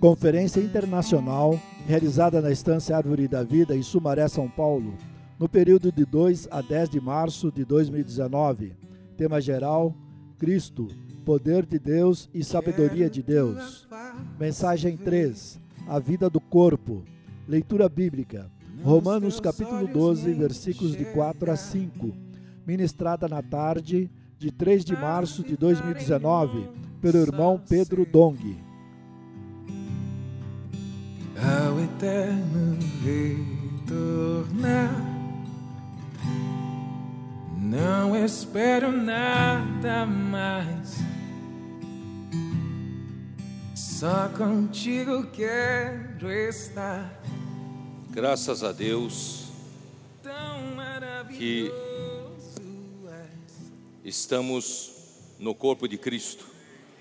Conferência Internacional, realizada na Estância Árvore da Vida, em Sumaré, São Paulo, no período de 2 a 10 de março de 2019. Tema geral: Cristo, Poder de Deus e Sabedoria de Deus. Mensagem 3: A vida do corpo. Leitura bíblica: Romanos capítulo 12, versículos de 4 a 5. Ministrada na tarde de 3 de março de 2019, pelo irmão Pedro Dong. Ao eterno retornar, não espero nada mais, só contigo quero estar. Graças a Deus que estamos no corpo de Cristo.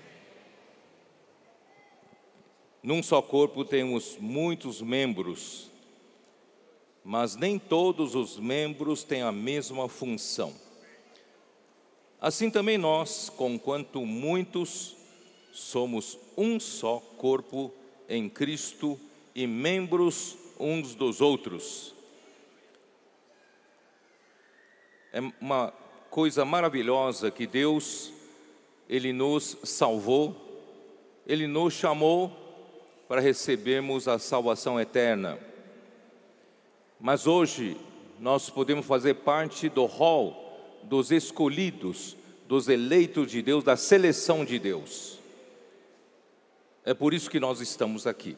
Num só corpo temos muitos membros, mas nem todos os membros têm a mesma função. Assim também nós, conquanto muitos, somos um só corpo em Cristo e membros uns dos outros. É uma coisa maravilhosa que Deus, Ele nos salvou, Ele nos chamou para recebermos a salvação eterna. Mas hoje nós podemos fazer parte do rol dos escolhidos, dos eleitos de Deus, da seleção de Deus. É por isso que nós estamos aqui.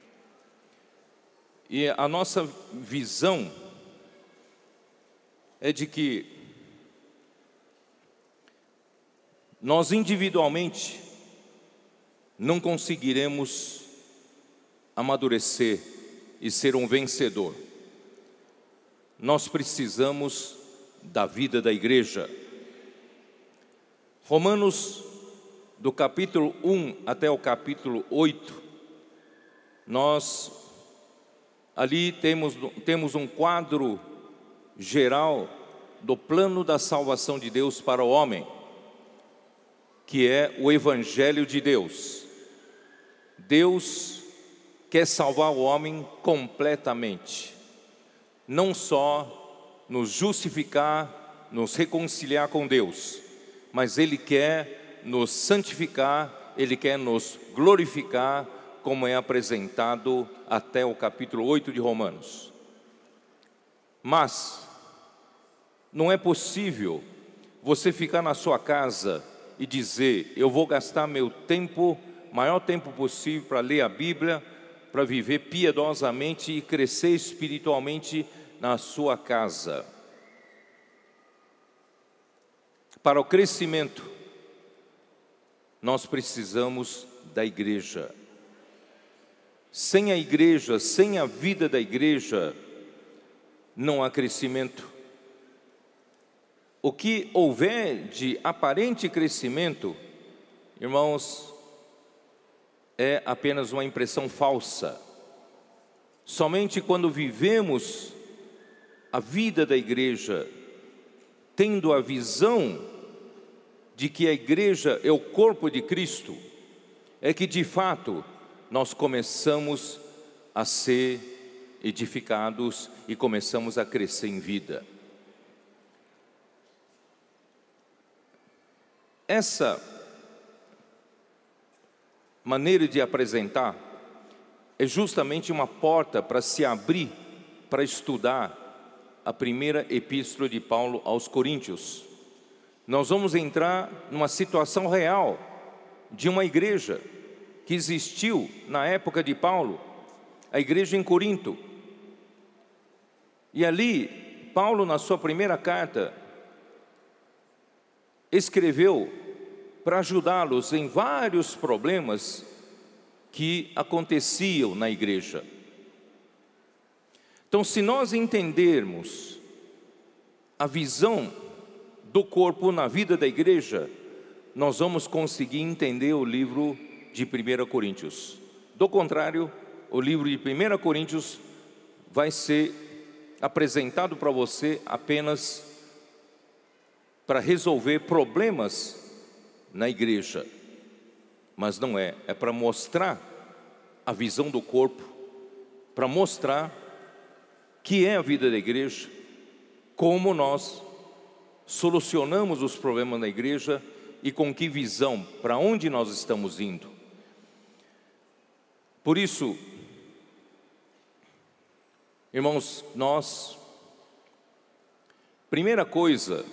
E a nossa visão é de que nós individualmente não conseguiremos amadurecer e ser um vencedor. Nós precisamos da vida da igreja. Romanos, do capítulo 1 até o capítulo 8, nós ali temos um quadro geral do plano da salvação de Deus para o homem, que é o Evangelho de Deus. Deus quer salvar o homem completamente, não só nos justificar, nos reconciliar com Deus, mas Ele quer nos santificar, Ele quer nos glorificar, como é apresentado até o capítulo 8 de Romanos. Mas não é possível você ficar na sua casa e dizer: eu vou gastar meu tempo, maior tempo possível, para ler a Bíblia, para viver piedosamente e crescer espiritualmente na sua casa. Para o crescimento, nós precisamos da igreja. Sem a igreja, sem a vida da igreja, não há crescimento. O que houver de aparente crescimento, irmãos, é apenas uma impressão falsa. Somente quando vivemos a vida da igreja, tendo a visão de que a igreja é o corpo de Cristo, é que de fato nós começamos a ser edificados e começamos a crescer em vida. Essa maneira de apresentar é justamente uma porta para se abrir, para estudar a primeira epístola de Paulo aos Coríntios. Nós vamos entrar numa situação real de uma igreja que existiu na época de Paulo, a igreja em Corinto. E ali, Paulo, na sua primeira carta, escreveu para ajudá-los em vários problemas que aconteciam na igreja. Então, se nós entendermos a visão do corpo na vida da igreja, nós vamos conseguir entender o livro de 1 Coríntios. Do contrário, o livro de 1 Coríntios vai ser apresentado para você apenas para resolver problemas na igreja, mas não é, é para mostrar a visão do corpo, para mostrar que é a vida da igreja, como nós solucionamos os problemas da igreja e com que visão, para onde nós estamos indo. Por isso, irmãos, primeira coisa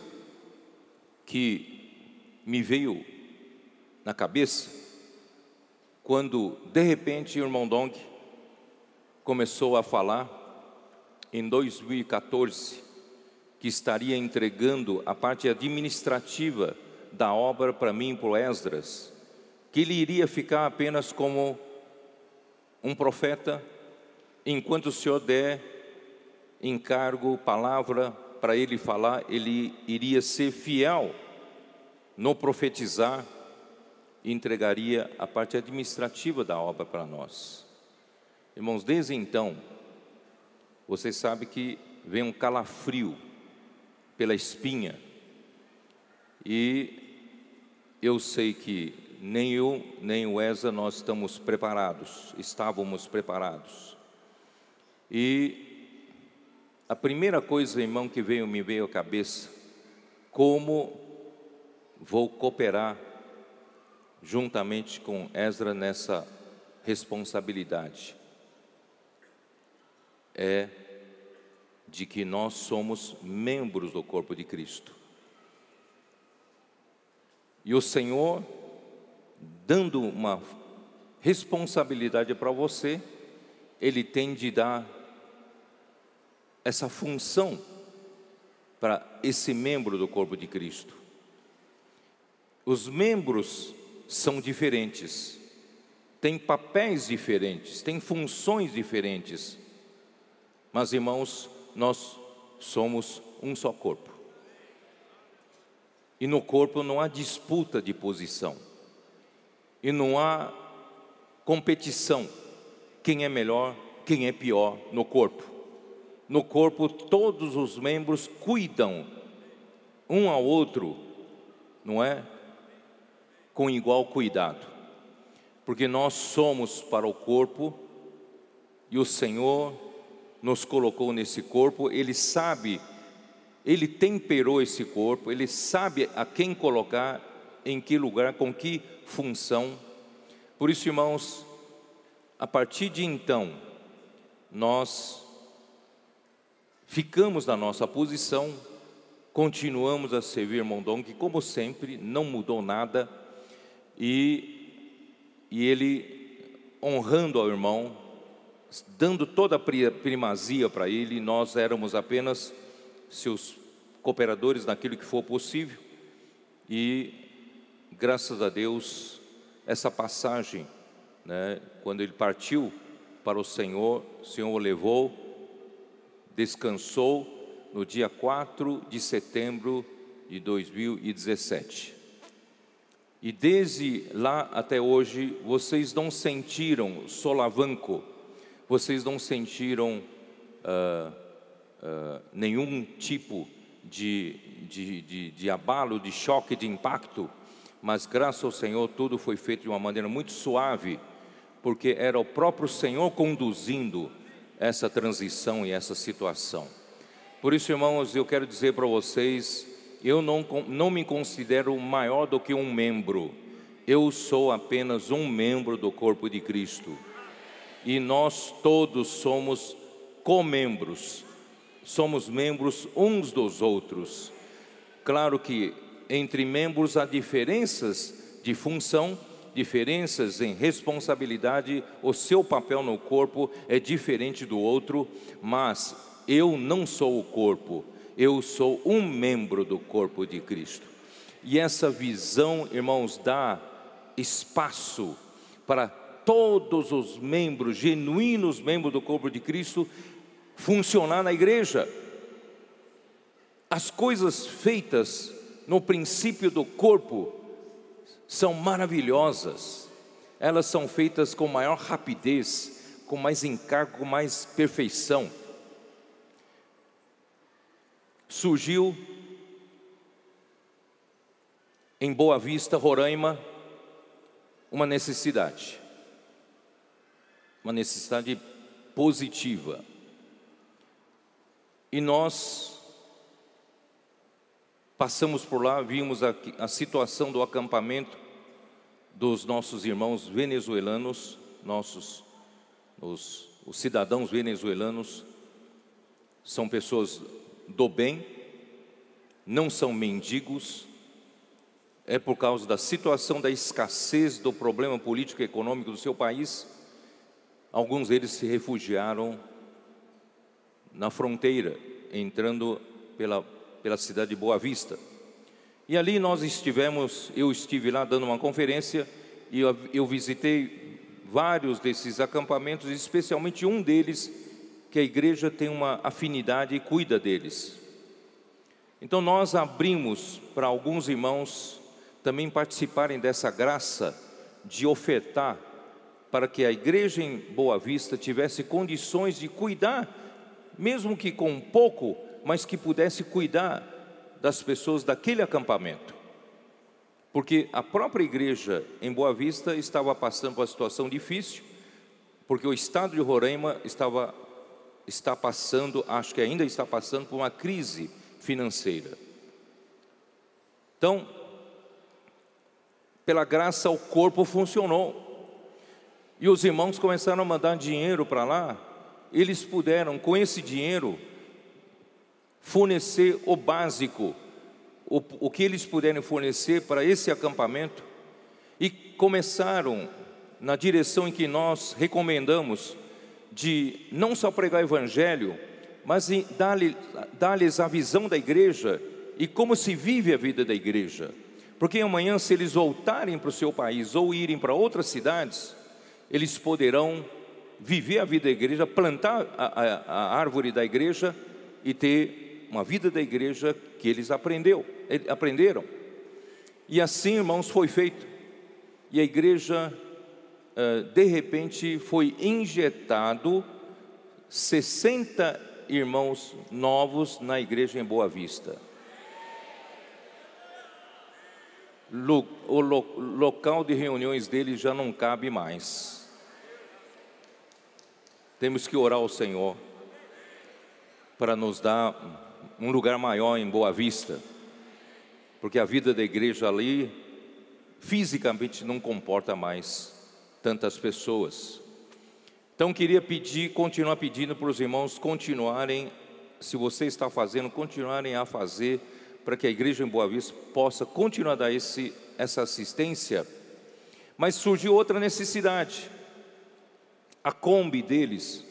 que me veio na cabeça, quando de repente o irmão Dong começou a falar em 2014 que estaria entregando a parte administrativa da obra para mim, para o Esdras, que ele iria ficar apenas como um profeta, enquanto o Senhor der encargo, palavra para ele falar, ele iria ser fiel no profetizar e entregaria a parte administrativa da obra para nós. Irmãos, desde então, vocês sabem que vem um calafrio pela espinha, e eu sei que nem eu, nem o Esa, nós estávamos preparados. E a primeira coisa, irmão, que me veio à cabeça, como vou cooperar juntamente com Esdras nessa responsabilidade, é de que nós somos membros do corpo de Cristo. E o Senhor, dando uma responsabilidade para você, Ele tem de dar essa função para esse membro do corpo de Cristo. Os membros são diferentes, têm papéis diferentes, têm funções diferentes, mas, irmãos, nós somos um só corpo. E no corpo não há disputa de posição, e não há competição, quem é melhor, quem é pior no corpo. No corpo todos os membros cuidam um ao outro, não é? Com igual cuidado, porque nós somos para o corpo, e o Senhor nos colocou nesse corpo. Ele sabe, Ele temperou esse corpo, Ele sabe a quem colocar, em que lugar, com que função. Por isso, irmãos, a partir de então, nós ficamos na nossa posição, continuamos a servir o irmão Dong, que como sempre, não mudou nada, e ele honrando ao irmão, dando toda a primazia para ele. Nós éramos apenas seus cooperadores naquilo que for possível, e graças a Deus, essa passagem, né, quando ele partiu para o Senhor o levou, descansou no dia 4 de setembro de 2017. E desde lá até hoje, vocês não sentiram solavanco, vocês não sentiram nenhum tipo de abalo, de choque, de impacto, mas graças ao Senhor tudo foi feito de uma maneira muito suave, porque era o próprio Senhor conduzindo essa transição e essa situação. Por isso, irmãos, eu quero dizer para vocês, eu não me considero maior do que um membro, eu sou apenas um membro do corpo de Cristo, e nós todos somos co-membros, somos membros uns dos outros. Claro que entre membros há diferenças de função, diferenças em responsabilidade, o seu papel no corpo é diferente do outro, mas eu não sou o corpo, eu sou um membro do corpo de Cristo. E essa visão, irmãos, dá espaço para todos os membros, genuínos membros do corpo de Cristo, funcionar na igreja. As coisas feitas no princípio do corpo são maravilhosas, elas são feitas com maior rapidez, com mais encargo, com mais perfeição. Surgiu em Boa Vista, Roraima, uma necessidade. uma necessidade positiva. E nós passamos por lá, vimos a situação do acampamento dos nossos irmãos venezuelanos, os cidadãos venezuelanos. São pessoas do bem, não são mendigos. É por causa da situação da escassez, do problema político e econômico do seu país, alguns deles se refugiaram na fronteira, entrando pela cidade de Boa Vista. E ali eu estive lá dando uma conferência, e eu visitei vários desses acampamentos, especialmente um deles, que a igreja tem uma afinidade e cuida deles. Então nós abrimos para alguns irmãos também participarem dessa graça de ofertar, para que a igreja em Boa Vista tivesse condições de cuidar, mesmo que com pouco, mas que pudesse cuidar das pessoas daquele acampamento. Porque a própria igreja em Boa Vista estava passando por uma situação difícil, porque o estado de Roraima está passando, acho que ainda está passando por uma crise financeira. Então, pela graça, o corpo funcionou. E os irmãos começaram a mandar dinheiro para lá. Eles puderam, com esse dinheiro, fornecer o básico, o que eles puderem fornecer para esse acampamento. E começaram na direção em que nós recomendamos, de não só pregar o evangelho, mas dar-lhes a visão da igreja e como se vive a vida da igreja. Porque amanhã, se eles voltarem para o seu país ou irem para outras cidades, eles poderão viver a vida da igreja, plantar a árvore da igreja e ter uma vida da igreja que eles aprenderam. E assim, irmãos, foi feito. E a igreja, de repente, foi injetado 60 irmãos novos na igreja em Boa Vista. O local de reuniões deles já não cabe mais. Temos que orar ao Senhor para nos dar um lugar maior em Boa Vista, porque a vida da igreja ali fisicamente não comporta mais tantas pessoas. Então queria continuar pedindo para os irmãos continuarem, se você está fazendo, continuarem a fazer, para que a igreja em Boa Vista possa continuar a dar essa assistência. Mas surgiu outra necessidade. A Kombi deles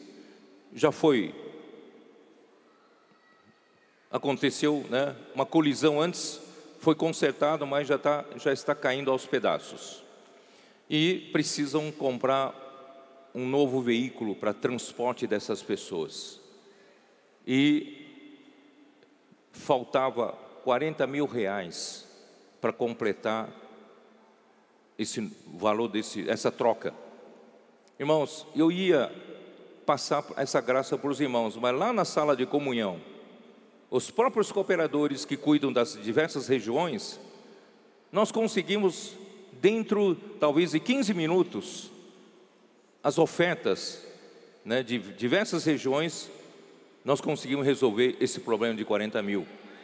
aconteceu, né, uma colisão antes, foi consertado, mas já está caindo aos pedaços. E precisam comprar um novo veículo para transporte dessas pessoas. E faltava 40 mil reais para completar esse valor essa troca. Irmãos, eu ia passar essa graça para os irmãos, mas lá na sala de comunhão, os próprios cooperadores que cuidam das diversas regiões, nós conseguimos, dentro talvez de 15 minutos, as ofertas, né, de diversas regiões, nós conseguimos resolver esse problema de 40 mil.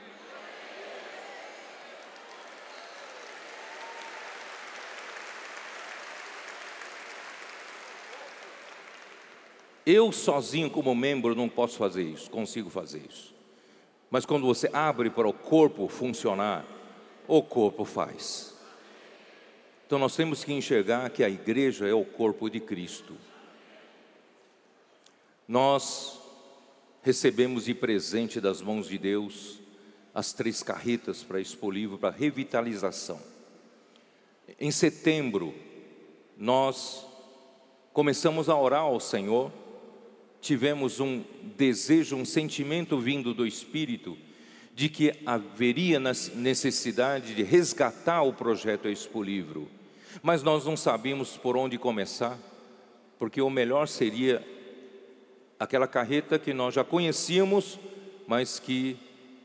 Eu sozinho como membro não posso fazer isso, consigo fazer isso. Mas quando você abre para o corpo funcionar, o corpo faz. Então nós temos que enxergar que a igreja é o corpo de Cristo. Nós recebemos de presente das mãos de Deus as 3 carretas para Expolivo, para revitalização. Em setembro, nós começamos a orar ao Senhor. Tivemos um desejo, um sentimento vindo do Espírito de que haveria necessidade de resgatar o projeto Expolivo, mas nós não sabíamos por onde começar, porque o melhor seria aquela carreta que nós já conhecíamos, mas que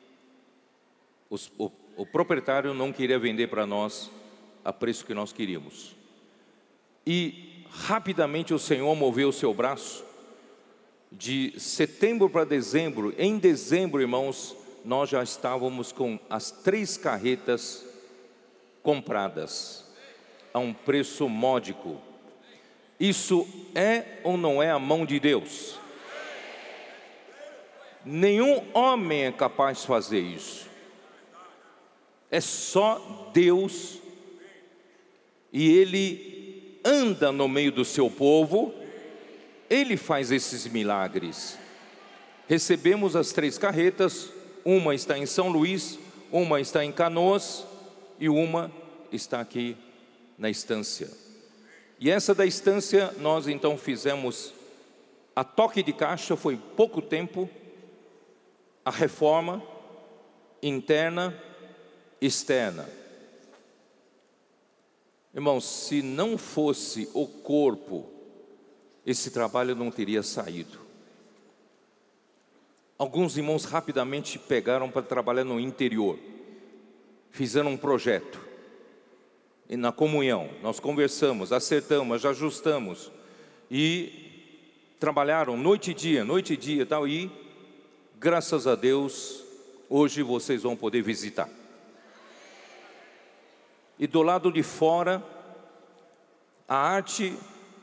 o proprietário não queria vender para nós a preço que nós queríamos. E rapidamente o Senhor moveu o seu braço. De setembro para dezembro, em dezembro, irmãos, nós já estávamos com as 3 carretas compradas a um preço módico. Isso é ou não é a mão de Deus? Nenhum homem é capaz de fazer isso. É só Deus, e Ele anda no meio do seu povo, Ele faz esses milagres. Recebemos as 3 carretas, uma está em São Luís, uma está em Canoas e uma está aqui na estância. E essa da estância nós então fizemos a toque de caixa, foi pouco tempo, a reforma interna, externa. Irmãos, se não fosse o corpo, esse trabalho não teria saído. Alguns irmãos rapidamente pegaram para trabalhar no interior, fizeram um projeto, e na comunhão, nós conversamos, acertamos, ajustamos, e trabalharam noite e dia, tal, e graças a Deus, hoje vocês vão poder visitar. E do lado de fora, a arte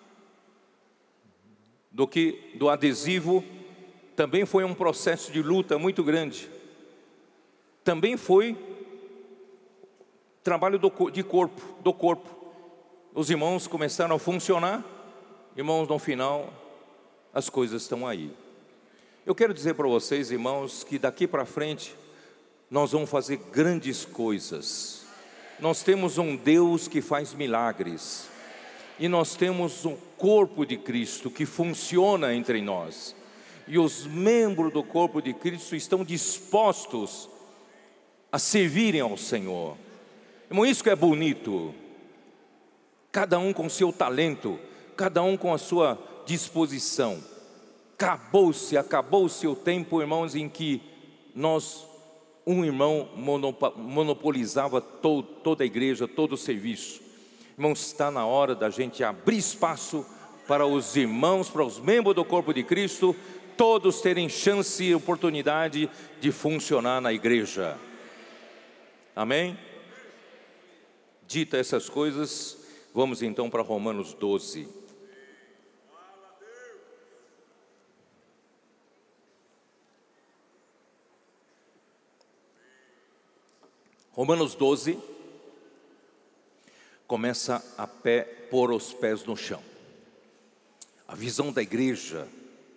do adesivo também foi um processo de luta muito grande. Também foi trabalho do corpo. Os irmãos começaram a funcionar. Irmãos, no final, as coisas estão aí. Eu quero dizer para vocês, irmãos, que daqui para frente nós vamos fazer grandes coisas. Nós temos um Deus que faz milagres, e nós temos um corpo de Cristo que funciona entre nós, e os membros do corpo de Cristo estão dispostos a servirem ao Senhor. Irmão, isso que é bonito, cada um com seu talento, cada um com a sua disposição. Acabou-se o tempo, irmãos, em que um irmão monopolizava toda a igreja, todo o serviço. Irmãos, está na hora da gente abrir espaço para os irmãos, para os membros do corpo de Cristo, todos terem chance e oportunidade de funcionar na igreja. Amém? Dita essas coisas, vamos então para Romanos 12. Romanos 12 começa a pôr os pés no chão. A visão da igreja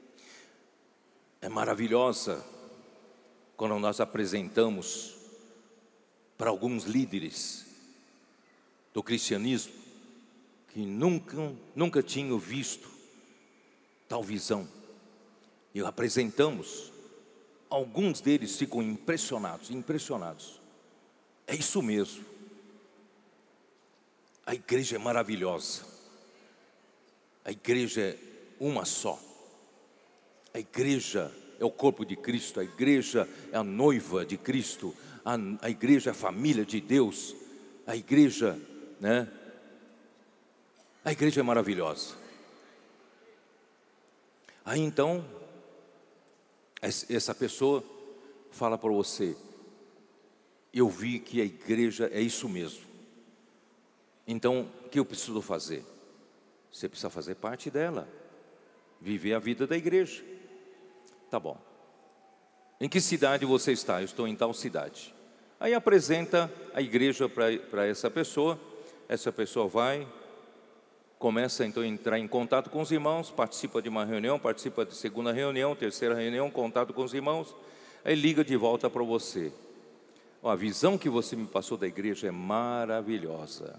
é maravilhosa quando nós apresentamos para alguns líderes do cristianismo que nunca tinham visto tal visão, e apresentamos. Alguns deles ficam impressionados. É isso mesmo. A igreja é maravilhosa. A igreja é uma só. A igreja é o corpo de Cristo. A igreja é a noiva de Cristo. A igreja é a família de Deus. A igreja, né? A igreja é maravilhosa. Aí então, essa pessoa fala para você: eu vi que a igreja é isso mesmo. Então, o que eu preciso fazer? Você precisa fazer parte dela, viver a vida da igreja. Tá bom. Em que cidade você está? Eu estou em tal cidade. Aí apresenta a igreja para essa pessoa. Essa pessoa vai, começa então a entrar em contato com os irmãos, participa de uma reunião, participa de segunda reunião, terceira reunião, contato com os irmãos. Aí liga de volta para você: a visão que você me passou da igreja é maravilhosa,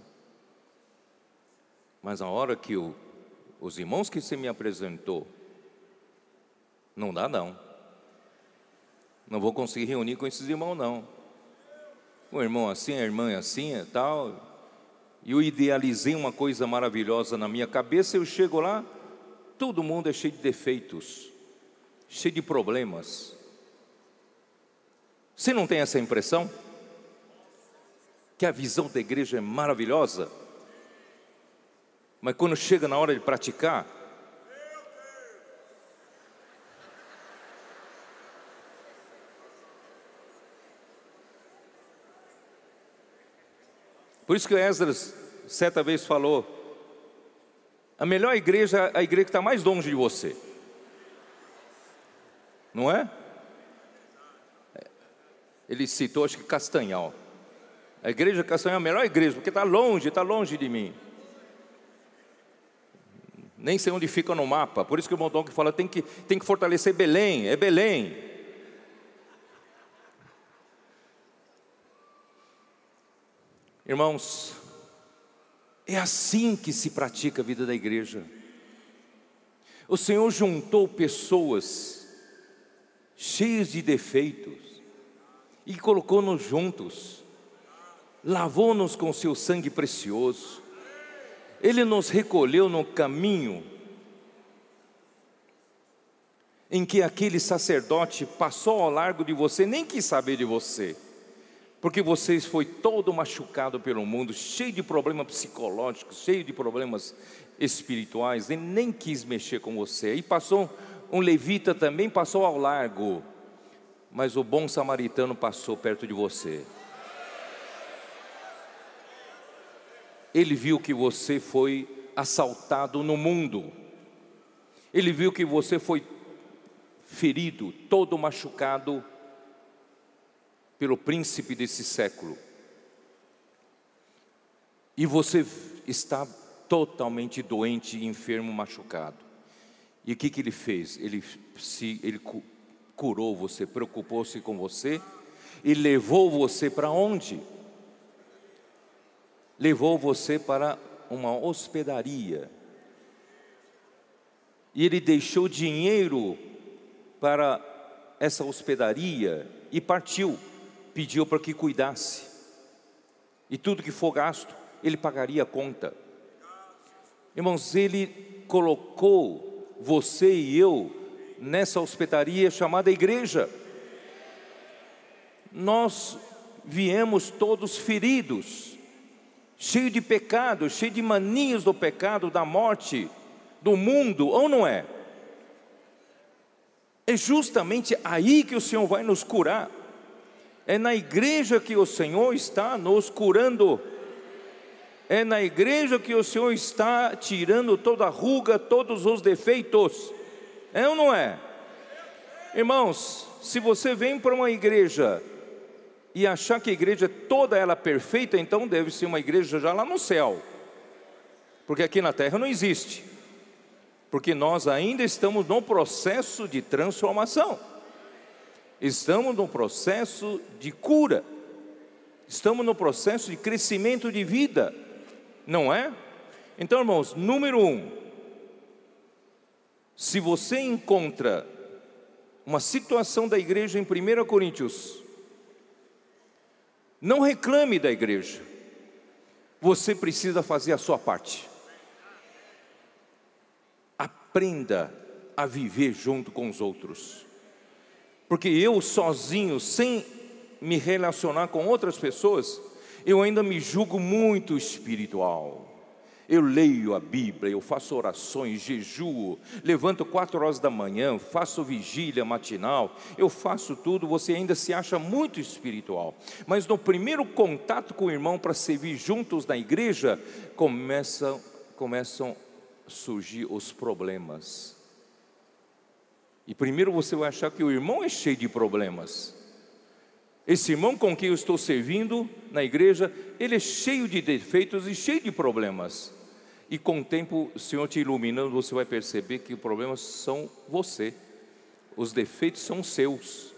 mas na hora que os irmãos que você me apresentou, não dá não. Não vou conseguir reunir com esses irmãos não. O irmão assim, a irmã assim, e tal. E eu idealizei uma coisa maravilhosa na minha cabeça. Eu chego lá, todo mundo é cheio de defeitos, cheio de problemas. Você não tem essa impressão? Que a visão da igreja é maravilhosa? mas quando chega na hora de praticar, por isso que o Esdras certa vez falou: a melhor igreja é a igreja que está mais longe de você, não é? Ele citou, acho que Castanhal. A igreja de Castanhal é a melhor igreja, porque está longe de mim. Nem sei onde fica no mapa. Por isso que o irmão Dom que fala, tem que fortalecer Belém, é Belém. Irmãos, é assim que se pratica a vida da igreja. O Senhor juntou pessoas cheias de defeitos e colocou-nos juntos, lavou-nos com seu sangue precioso. Ele nos recolheu no caminho em que aquele sacerdote passou ao largo de você, nem quis saber de você, porque você foi todo machucado pelo mundo, cheio de problemas psicológicos, cheio de problemas espirituais. Ele nem quis mexer com você. E passou um levita também, passou ao largo, mas o bom samaritano passou perto de você. Ele viu que você foi assaltado no mundo, ele viu que você foi ferido, todo machucado pelo príncipe desse século, e você está totalmente doente, enfermo, machucado. E o que ele fez? Ele curou você, preocupou-se com você e levou você para onde? Levou você para uma hospedaria. E ele deixou dinheiro para essa hospedaria e partiu. Pediu para que cuidasse. E tudo que for gasto, ele pagaria a conta. Irmãos, ele colocou você e eu nessa hospedaria chamada igreja. Nós viemos todos feridos, cheio de pecado, cheio de manias do pecado, da morte, do mundo, ou não é? É justamente aí que o Senhor vai nos curar. É na igreja que o Senhor está nos curando. É na igreja que o Senhor está tirando toda a ruga, todos os defeitos. É ou não é? Irmãos, se você vem para uma igreja e achar que a igreja é toda ela perfeita, então deve ser uma igreja já lá no céu, porque aqui na terra não existe, porque nós ainda estamos no processo de transformação, estamos no processo de cura, estamos no processo de crescimento de vida, não é? Então, irmãos, número 1, se você encontra uma situação da igreja em 1 Coríntios, não reclame da igreja, você precisa fazer a sua parte. Aprenda a viver junto com os outros, porque eu sozinho, sem me relacionar com outras pessoas, eu ainda me julgo muito espiritual. Eu leio a Bíblia, eu faço orações, jejuo, levanto 4 horas da manhã, faço vigília matinal, eu faço tudo, você ainda se acha muito espiritual. Mas no primeiro contato com o irmão para servir juntos na igreja, começam a surgir os problemas. E primeiro você vai achar que o irmão é cheio de problemas. Esse irmão com quem eu estou servindo na igreja, ele é cheio de defeitos e cheio de problemas. E com o tempo, o Senhor te iluminando, você vai perceber que os problemas são você, os defeitos são seus.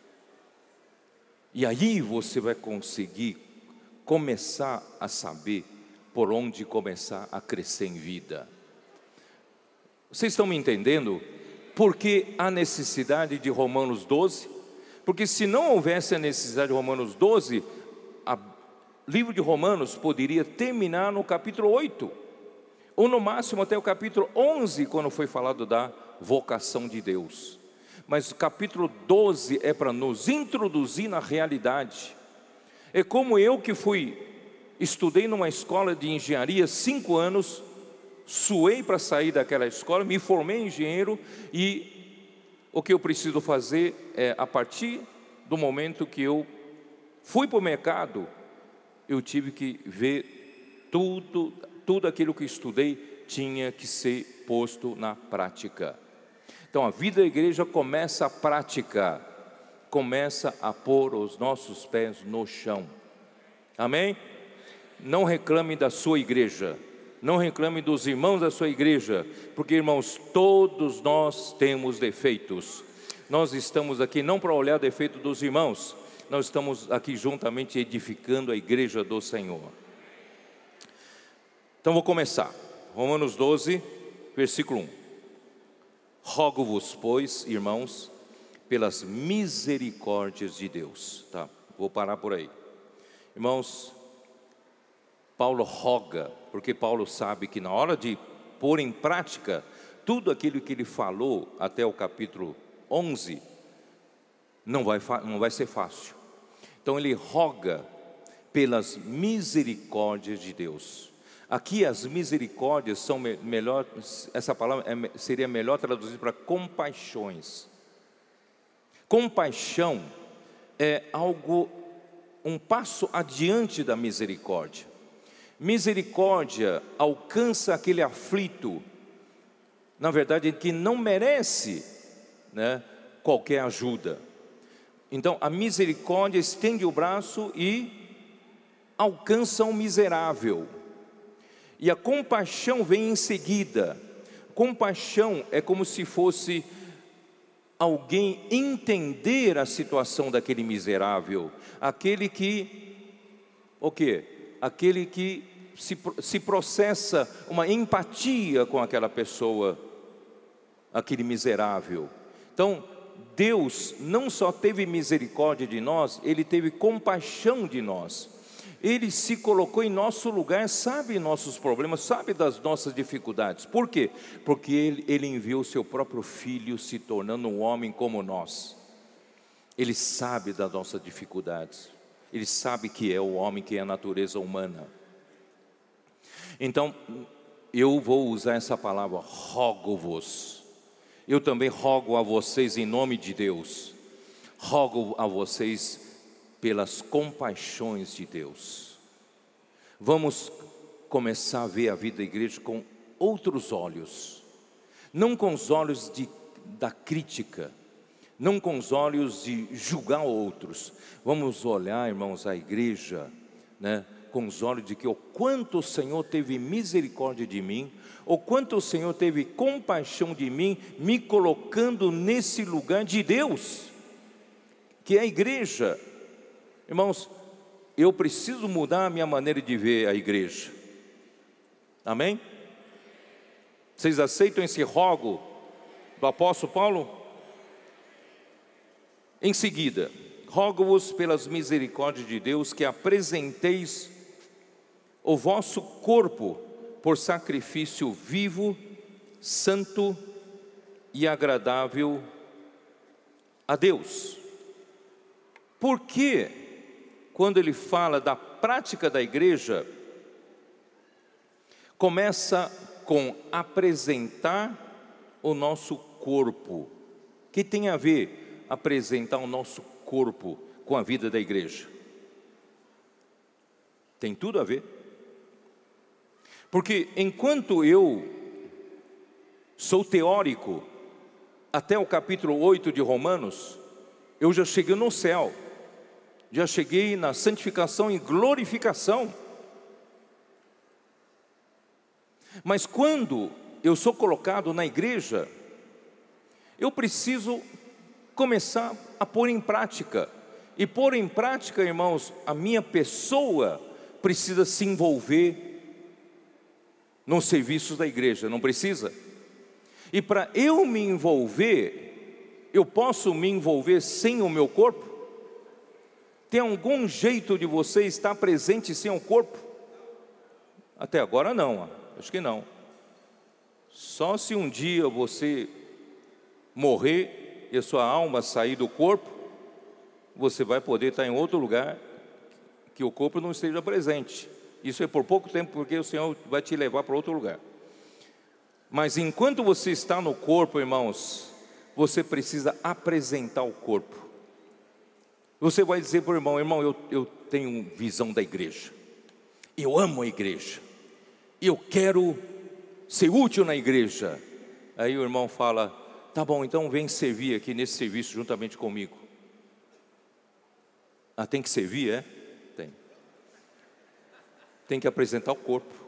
E aí você vai conseguir começar a saber por onde começar a crescer em vida. Vocês estão me entendendo? Porque a necessidade de Romanos 12? Porque se não houvesse a necessidade de Romanos 12, o livro de Romanos poderia terminar no capítulo 8, ou no máximo até o capítulo 11, quando foi falado da vocação de Deus. Mas o capítulo 12 é para nos introduzir na realidade. É como eu que estudei numa escola de engenharia 5 anos, suei para sair daquela escola, me formei em engenheiro, e o que eu preciso fazer é, a partir do momento que eu fui para o mercado, eu tive que ver tudo aquilo que estudei tinha que ser posto na prática. Então a vida da igreja começa a praticar, começa a pôr os nossos pés no chão. Amém? Não reclame da sua igreja, não reclame dos irmãos da sua igreja, porque, irmãos, todos nós temos defeitos. Nós estamos aqui não para olhar o defeito dos irmãos, nós estamos aqui juntamente edificando a igreja do Senhor. Então vou começar. Romanos 12, versículo 1. Rogo-vos, pois, irmãos, pelas misericórdias de Deus. Tá, vou parar por aí. Irmãos, Paulo roga, porque Paulo sabe que na hora de pôr em prática tudo aquilo que ele falou até o capítulo 11, não vai ser fácil. Então ele roga pelas misericórdias de Deus. Aqui as misericórdias são melhor, essa palavra seria melhor traduzida para compaixões. Compaixão é algo, um passo adiante da misericórdia. Misericórdia alcança aquele aflito, na verdade, que não merece, né, qualquer ajuda. Então a misericórdia estende o braço e alcança o miserável. E a compaixão vem em seguida. Compaixão é como se fosse alguém entender a situação daquele miserável, aquele que, o quê? Aquele que se processa uma empatia com aquela pessoa, aquele miserável. Então, Deus não só teve misericórdia de nós, Ele teve compaixão de nós. Ele se colocou em nosso lugar, sabe nossos problemas, sabe das nossas dificuldades. Por quê? Porque Ele enviou o seu próprio Filho se tornando um homem como nós. Ele sabe das nossas dificuldades. Ele sabe que é o homem, que é a natureza humana. Então, eu vou usar essa palavra, rogo-vos. Eu também rogo a vocês em nome de Deus. Rogo a vocês pelas compaixões de Deus. Vamos começar a ver a vida da igreja com outros olhos. Não com os olhos da crítica, não com os olhos de julgar outros. Vamos olhar, irmãos, a igreja, né, com os olhos de que o quanto o Senhor teve misericórdia de mim, o quanto o Senhor teve compaixão de mim, me colocando nesse lugar de Deus, que é a igreja. Irmãos, eu preciso mudar a minha maneira de ver a igreja. Amém? Vocês aceitam esse rogo do apóstolo Paulo? Em seguida, rogo-vos pelas misericórdias de Deus que apresenteis o vosso corpo por sacrifício vivo, santo e agradável a Deus. Por que, quando ele fala da prática da igreja, começa com apresentar o nosso corpo? Que tem a ver apresentar o nosso corpo com a vida da igreja? Tem tudo a ver. Porque enquanto eu sou teórico, até o capítulo 8 de Romanos, eu já cheguei no céu, já cheguei na santificação e glorificação. Mas quando eu sou colocado na igreja, eu preciso começar a pôr em prática. E pôr em prática, irmãos, a minha pessoa precisa se envolver nos serviços da igreja, não precisa? E para eu me envolver, eu posso me envolver sem o meu corpo? Tem algum jeito de você estar presente sem o corpo? Até agora não, acho que não. Só se um dia você morrer e a sua alma sair do corpo, você vai poder estar em outro lugar que o corpo não esteja presente. Isso é por pouco tempo, porque o Senhor vai te levar para outro lugar. Mas enquanto você está no corpo, irmãos, você precisa apresentar o corpo. Você vai dizer para o irmão: irmão, eu tenho visão da igreja, eu amo a igreja, eu quero ser útil na igreja. Aí o irmão fala: tá bom, então vem servir aqui nesse serviço juntamente comigo. Ah, tem que servir, é? Tem que apresentar o corpo.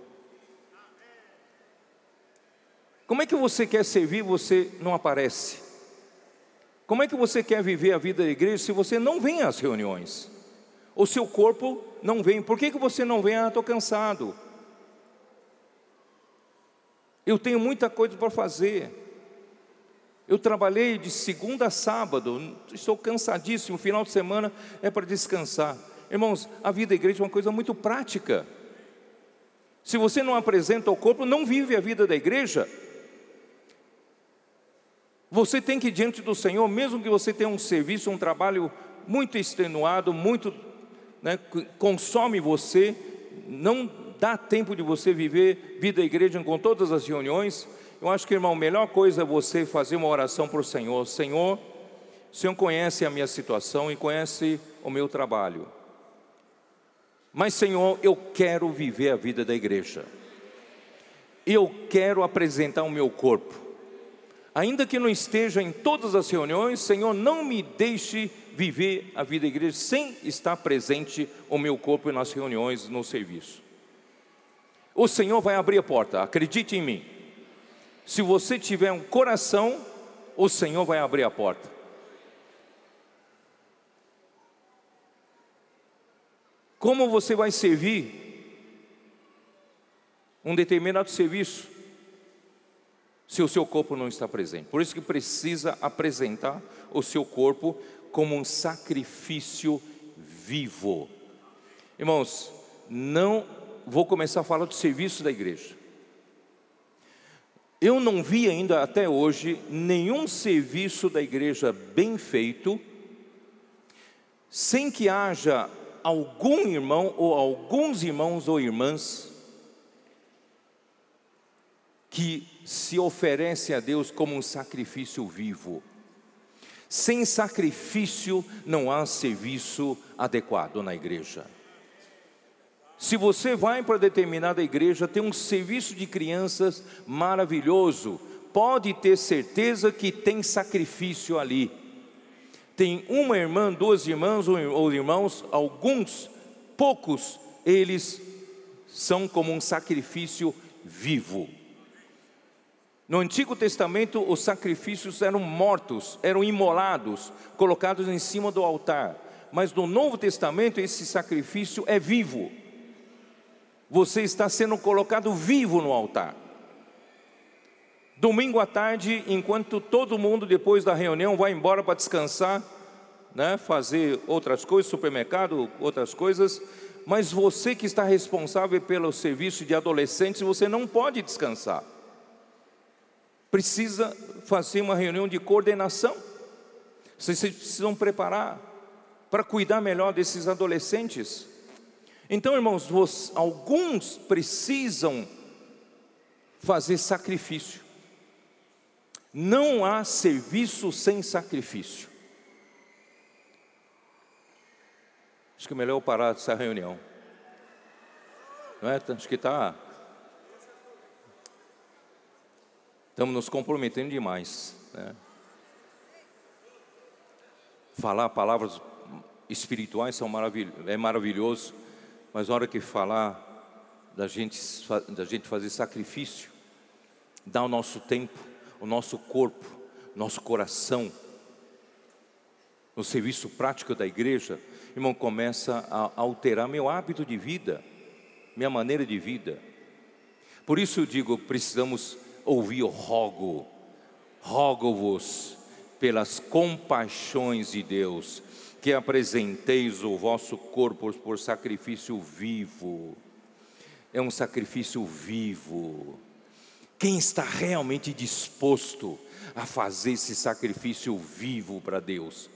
Como é que você quer servir, você não aparece? Como é que você quer viver a vida da igreja se você não vem às reuniões? O seu corpo não vem. Por que você não vem? Ah, estou cansado. Eu tenho muita coisa para fazer. Eu trabalhei de segunda a sábado, estou cansadíssimo, final de semana é para descansar. Irmãos, a vida da igreja é uma coisa muito prática. Se você não apresenta o corpo, não vive a vida da igreja. Você tem que ir diante do Senhor, mesmo que você tenha um serviço, um trabalho muito extenuado, muito, consome você, não dá tempo de você viver vida da igreja com todas as reuniões. Eu acho que, irmão, a melhor coisa é você fazer uma oração para o Senhor. Senhor, o Senhor conhece a minha situação e conhece o meu trabalho. Mas, Senhor, eu quero viver a vida da igreja. Eu quero apresentar o meu corpo. Ainda que não esteja em todas as reuniões, Senhor, não me deixe viver a vida da igreja sem estar presente o meu corpo nas reuniões, no serviço. O Senhor vai abrir a porta, acredite em mim. Se você tiver um coração, o Senhor vai abrir a porta. Como você vai servir um determinado serviço se o seu corpo não está presente? Por isso que precisa apresentar o seu corpo como um sacrifício vivo. Irmãos, não vou começar a falar do serviço da igreja. Eu não vi ainda até hoje nenhum serviço da igreja bem feito sem que haja algum irmão ou alguns irmãos ou irmãs que se oferece a Deus como um sacrifício vivo. Sem sacrifício não há serviço adequado na igreja. Se você vai para determinada igreja, tem um serviço de crianças maravilhoso, pode ter certeza que tem sacrifício ali. Tem uma irmã, duas irmãs ou irmãos, alguns, poucos, eles são como um sacrifício vivo. No Antigo Testamento, os sacrifícios eram mortos, eram imolados, colocados em cima do altar. Mas no Novo Testamento, esse sacrifício é vivo. Você está sendo colocado vivo no altar. Domingo à tarde, enquanto todo mundo depois da reunião vai embora para descansar, fazer outras coisas, supermercado, outras coisas, mas você que está responsável pelo serviço de adolescentes, você não pode descansar. Precisa fazer uma reunião de coordenação. Vocês precisam preparar para cuidar melhor desses adolescentes. Então, irmãos, alguns precisam fazer sacrifício. Não há serviço sem sacrifício. Acho que é melhor eu parar essa reunião. Não é? Acho que estamos nos comprometendo demais, Falar palavras espirituais é maravilhoso, mas na hora que falar da gente fazer sacrifício, dar o nosso tempo, o nosso corpo, nosso coração, no serviço prático da igreja, irmão, começa a alterar meu hábito de vida, minha maneira de vida. Por isso eu digo, precisamos ouvir o rogo-vos pelas compaixões de Deus, que apresenteis o vosso corpo por sacrifício vivo. É um sacrifício vivo. Quem está realmente disposto a fazer esse sacrifício vivo para Deus?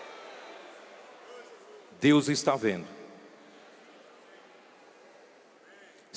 Deus está vendo.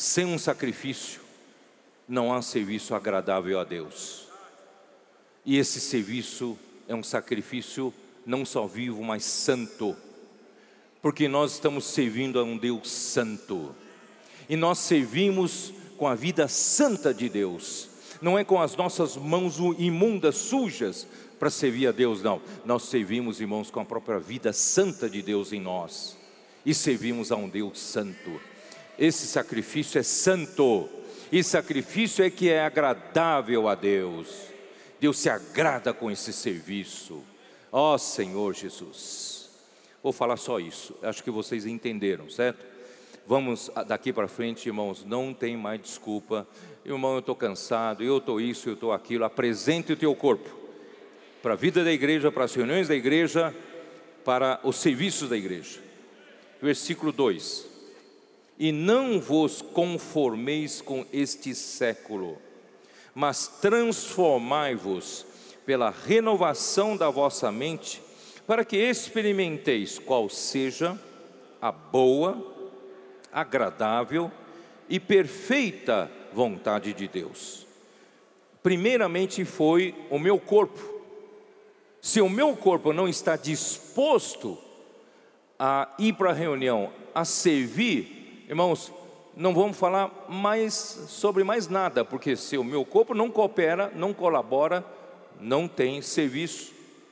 Sem um sacrifício, não há serviço agradável a Deus. E esse serviço é um sacrifício não só vivo, mas santo. Porque nós estamos servindo a um Deus santo. E nós servimos com a vida santa de Deus. Não é com as nossas mãos imundas, sujas, para servir a Deus, não. Nós servimos, irmãos, com a própria vida santa de Deus em nós. E servimos a um Deus santo. Esse sacrifício é santo. Esse sacrifício é que é agradável a Deus. Deus se agrada com esse serviço. Ó Senhor Jesus. Vou falar só isso. Acho que vocês entenderam, certo? Vamos daqui para frente, irmãos. Não tem mais desculpa. Irmão, eu estou cansado, eu estou isso, eu estou aquilo. Apresente o teu corpo para a vida da igreja, para as reuniões da igreja, para os serviços da igreja. Versículo 2: e não vos conformeis com este século, mas transformai-vos pela renovação da vossa mente, para que experimenteis qual seja a boa, agradável e perfeita vontade de Deus. Primeiramente foi o meu corpo. Se o meu corpo não está disposto a ir para a reunião, a servir, irmãos, não vamos falar mais sobre mais nada, porque se o meu corpo não coopera, não colabora, não tem serviço.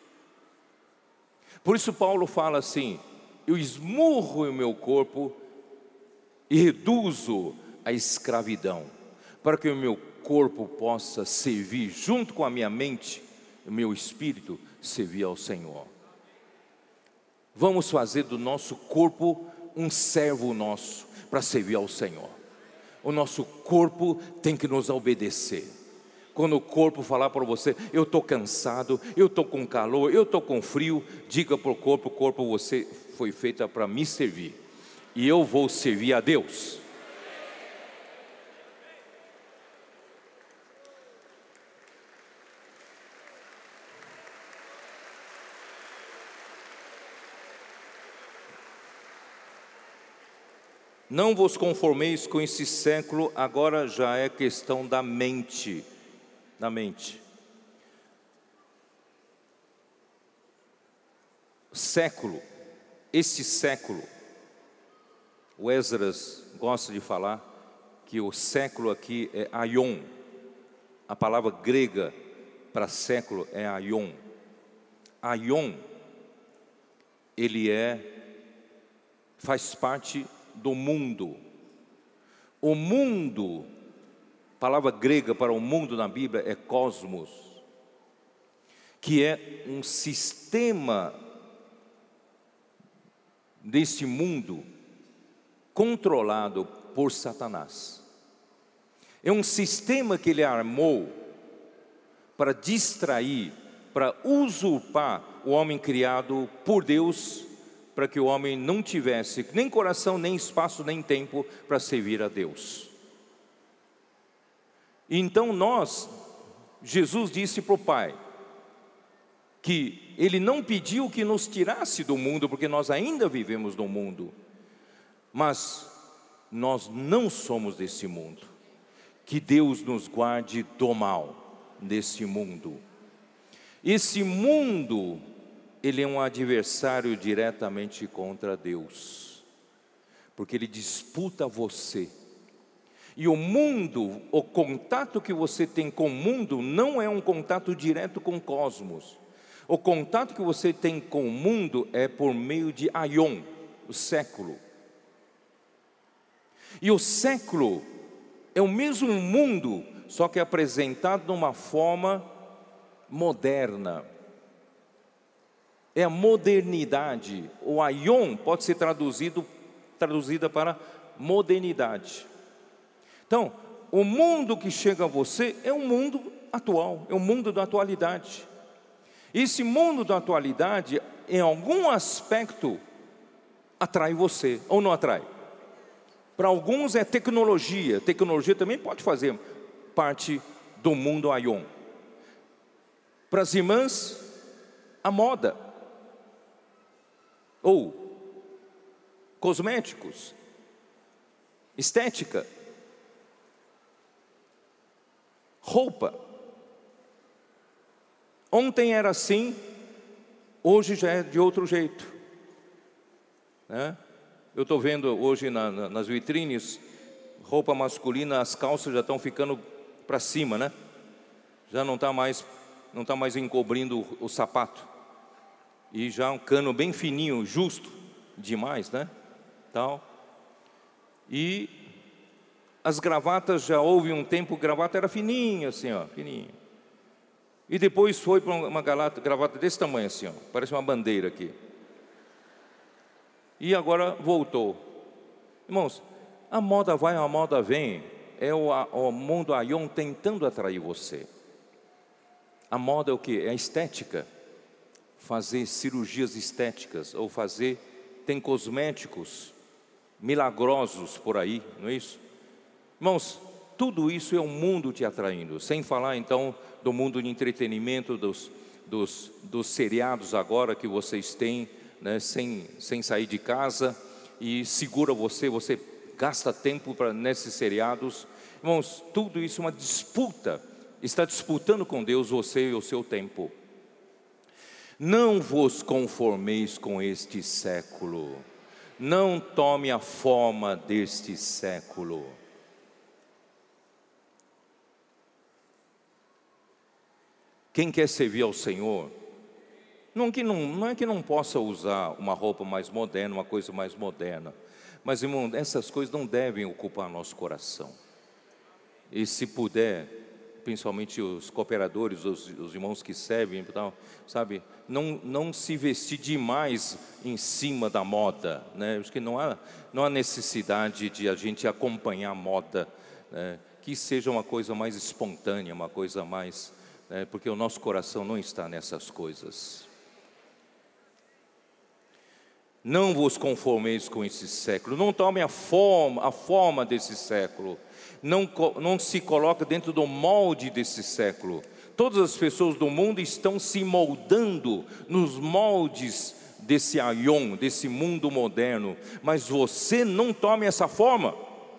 Por isso Paulo fala assim: eu esmurro o meu corpo e reduzo a escravidão, para que o meu corpo possa servir junto com a minha mente, o meu espírito, servir ao Senhor. Vamos fazer do nosso corpo um servo nosso, para servir ao Senhor. O nosso corpo tem que nos obedecer. Quando o corpo falar para você: eu estou cansado, eu estou com calor, eu estou com frio, diga para o corpo, você foi feita para me servir, e eu vou servir a Deus. Não vos conformeis com esse século. Agora já é questão da mente. Da mente. Século. Esse século. O Esdras gosta de falar que o século aqui é aion. A palavra grega para século é aion. Aion, ele faz parte do mundo. O mundo, palavra grega para o mundo na Bíblia é cosmos, que é um sistema deste mundo controlado por Satanás. É um sistema que ele armou para distrair, para usurpar o homem criado por Deus, para que o homem não tivesse nem coração, nem espaço, nem tempo para servir a Deus. Então Jesus disse para o Pai que Ele não pediu que nos tirasse do mundo, porque nós ainda vivemos no mundo, mas nós não somos desse mundo. Que Deus nos guarde do mal desse mundo. Esse mundo, ele é um adversário diretamente contra Deus, porque ele disputa você. E o mundo, o contato que você tem com o mundo não é um contato direto com o cosmos. O contato que você tem com o mundo é por meio de aion, o século. E o século é o mesmo mundo, só que apresentado de uma forma moderna. É a modernidade. O aion pode ser traduzida para modernidade. Então, o mundo que chega a você é um mundo atual, é o mundo da atualidade. Esse mundo da atualidade, em algum aspecto, atrai você, ou não atrai? Para alguns é tecnologia. Tecnologia também pode fazer parte do mundo aion. Para as irmãs, a moda, ou cosméticos, estética. roupa. Ontem era assim, hoje já é de outro jeito, né? Eu estou vendo hoje nas vitrines, roupa masculina, as calças já estão ficando para cima, né? Já não está mais encobrindo o sapato. E já um cano bem fininho, justo demais, né? Tal. E as gravatas, já houve um tempo, gravata era fininha assim, ó, fininha. E depois foi para uma gravata desse tamanho assim, ó, parece uma bandeira aqui. E agora voltou. Irmãos, a moda vai, a moda vem. É o mundo Aion tentando atrair você. A moda é o que? É a estética. Fazer cirurgias estéticas, ou tem cosméticos milagrosos por aí, não é isso? Irmãos, tudo isso é o mundo te atraindo. Sem falar então do mundo de entretenimento, dos seriados agora que vocês têm, né, sem sair de casa, e segura você gasta tempo nesses seriados. Irmãos, tudo isso é uma disputa. Está disputando com Deus você e o seu tempo. Não vos conformeis com este século. Não tome a forma deste século. Quem quer servir ao Senhor, não é que não possa usar uma roupa mais moderna, uma coisa mais moderna. Mas, irmão, essas coisas não devem ocupar nosso coração. E se puder, principalmente os cooperadores, os irmãos que servem, sabe, não se vestir demais em cima da moda, né? Acho que não há necessidade de a gente acompanhar a moda, né? Que seja uma coisa mais espontânea, uma coisa mais, né? Porque o nosso coração não está nessas coisas. Não vos conformeis com esse século, não tome a forma desse século, não se coloque dentro do molde desse século. Todas as pessoas do mundo estão se moldando nos moldes desse Aion, desse mundo moderno, mas você não tome essa forma.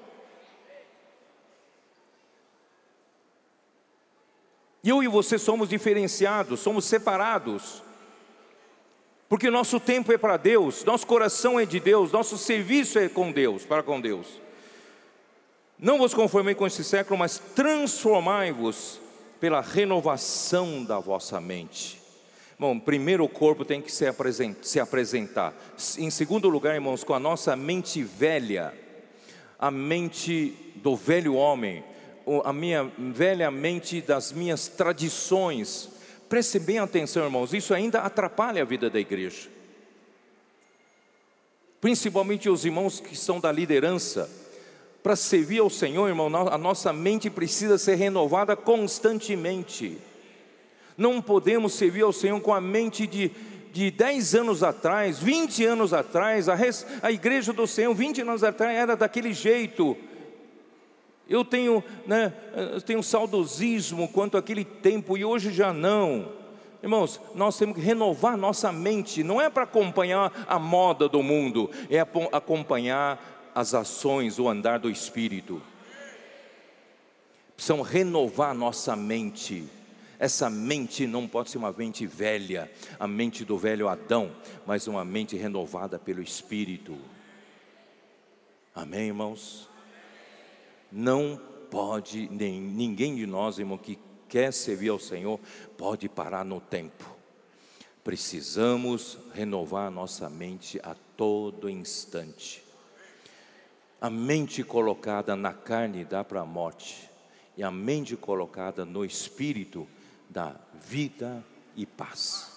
Eu e você somos diferenciados, somos separados. Porque nosso tempo é para Deus, nosso coração é de Deus, nosso serviço é com Deus, para com Deus. Não vos conformeis com esse século, mas transformai-vos pela renovação da vossa mente. Bom, primeiro o corpo tem que se apresentar. Em segundo lugar, irmãos, com a nossa mente velha, a mente do velho homem, a minha velha mente das minhas tradições. Preste bem atenção, irmãos, isso ainda atrapalha a vida da igreja. Principalmente os irmãos que são da liderança. Para servir ao Senhor, irmão, a nossa mente precisa ser renovada constantemente. Não podemos servir ao Senhor com a mente de 10 anos atrás, 20 anos atrás. A igreja do Senhor, 20 anos atrás, era daquele jeito. Eu tenho saudosismo quanto àquele tempo, e hoje já não. Irmãos, nós temos que renovar nossa mente. Não é para acompanhar a moda do mundo, é acompanhar as ações, o andar do Espírito. Precisamos renovar nossa mente. Essa mente não pode ser uma mente velha, a mente do velho Adão, mas uma mente renovada pelo Espírito. Amém, irmãos? Não pode, ninguém de nós, irmão, que quer servir ao Senhor, pode parar no tempo. Precisamos renovar nossa mente a todo instante. A mente colocada na carne dá para a morte, e a mente colocada no Espírito dá vida e paz.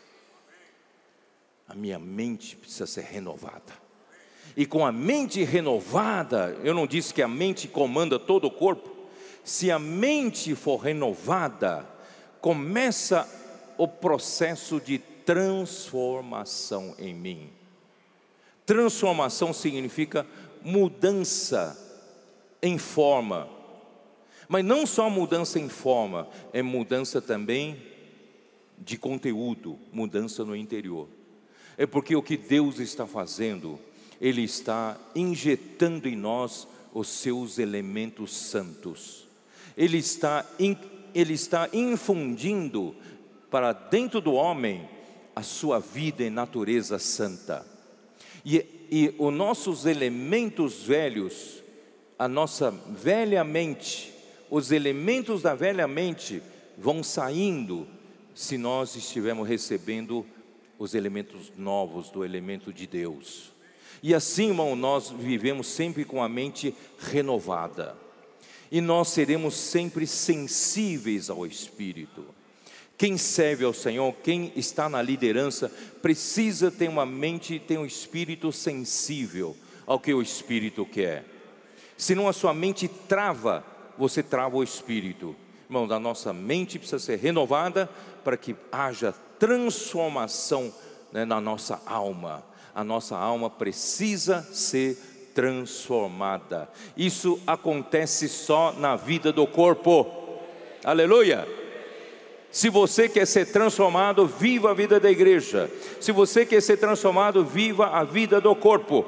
A minha mente precisa ser renovada. E com a mente renovada, eu não disse que a mente comanda todo o corpo. Se a mente for renovada, começa o processo de transformação em mim. Transformação significa mudança em forma. Mas não só mudança em forma, é mudança também de conteúdo, mudança no interior. É porque o que Deus está fazendo, Ele está injetando em nós os seus elementos santos. Ele está infundindo para dentro do homem a sua vida e natureza santa. E os nossos elementos velhos, a nossa velha mente, os elementos da velha mente vão saindo se nós estivermos recebendo os elementos novos do elemento de Deus. E assim, irmão, nós vivemos sempre com a mente renovada. E nós seremos sempre sensíveis ao Espírito. Quem serve ao Senhor, quem está na liderança, precisa ter uma mente, ter um espírito sensível ao que o Espírito quer. Senão a sua mente trava, você trava o Espírito. Irmãos, a nossa mente precisa ser renovada para que haja transformação, né, na nossa alma. A nossa alma precisa ser transformada. Isso acontece só na vida do corpo. Aleluia! Se você quer ser transformado, viva a vida da igreja. Se você quer ser transformado, viva a vida do corpo.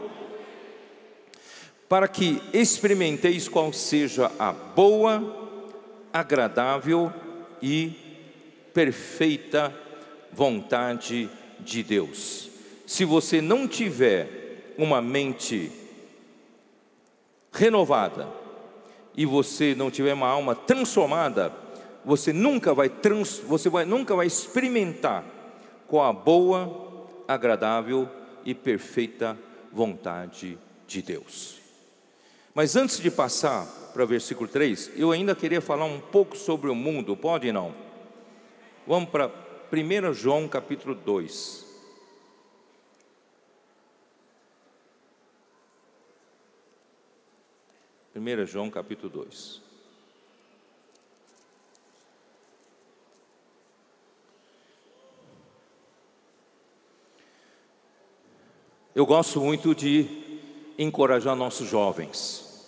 Para que experimenteis qual seja a boa, agradável e perfeita vontade de Deus. Se você não tiver uma mente renovada e você não tiver uma alma transformada, você nunca vai experimentar qual a boa, agradável e perfeita vontade de Deus. Mas antes de passar para o versículo 3, eu ainda queria falar um pouco sobre o mundo, pode ou não? Vamos para 1 João capítulo 2. João capítulo 2. Eu gosto muito de encorajar nossos jovens.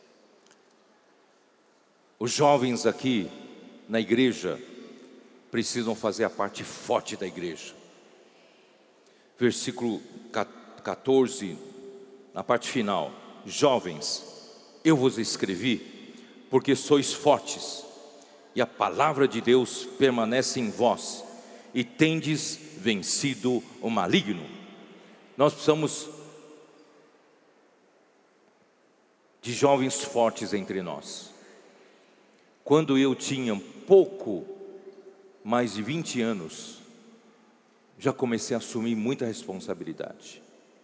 Os jovens aqui na igreja precisam fazer a parte forte da igreja. Versículo 14, na parte final: jovens, eu vos escrevi porque sois fortes, e a palavra de Deus permanece em vós, e tendes vencido o maligno. Nós precisamos de jovens fortes entre nós. Quando eu tinha pouco mais de 20 anos, já comecei a assumir muita responsabilidade.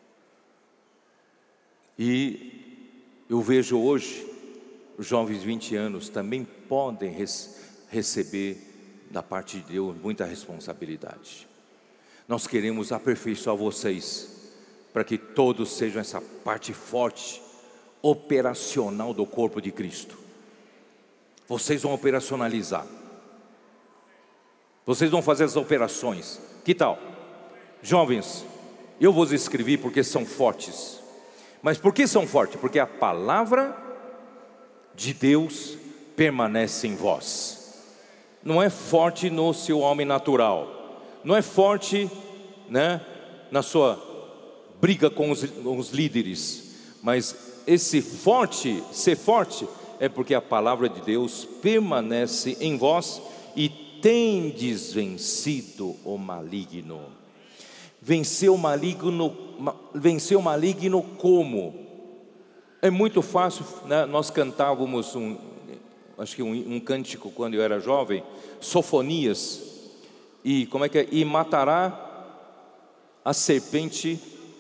E eu vejo hoje, os jovens de 20 anos também podem receber da parte de Deus muita responsabilidade. Nós queremos aperfeiçoar vocês, para que todos sejam essa parte forte, operacional do corpo de Cristo. Vocês vão operacionalizar. Vocês vão fazer as operações. Que tal? Jovens, eu vos escrevi porque são fortes. Mas por que são fortes? Porque a palavra de Deus permanece em vós. Não é forte no seu homem natural. Não é forte, né, na sua briga com os líderes, mas esse forte, ser forte, é porque a palavra de Deus permanece em vós e tendes vencido o maligno. Vencer o maligno como? É muito fácil, né? Nós cantávamos um cântico quando eu era jovem, Sofonias, e como é que é? E matará a serpente.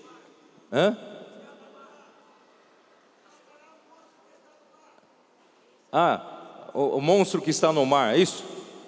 O monstro que está no mar, é isso?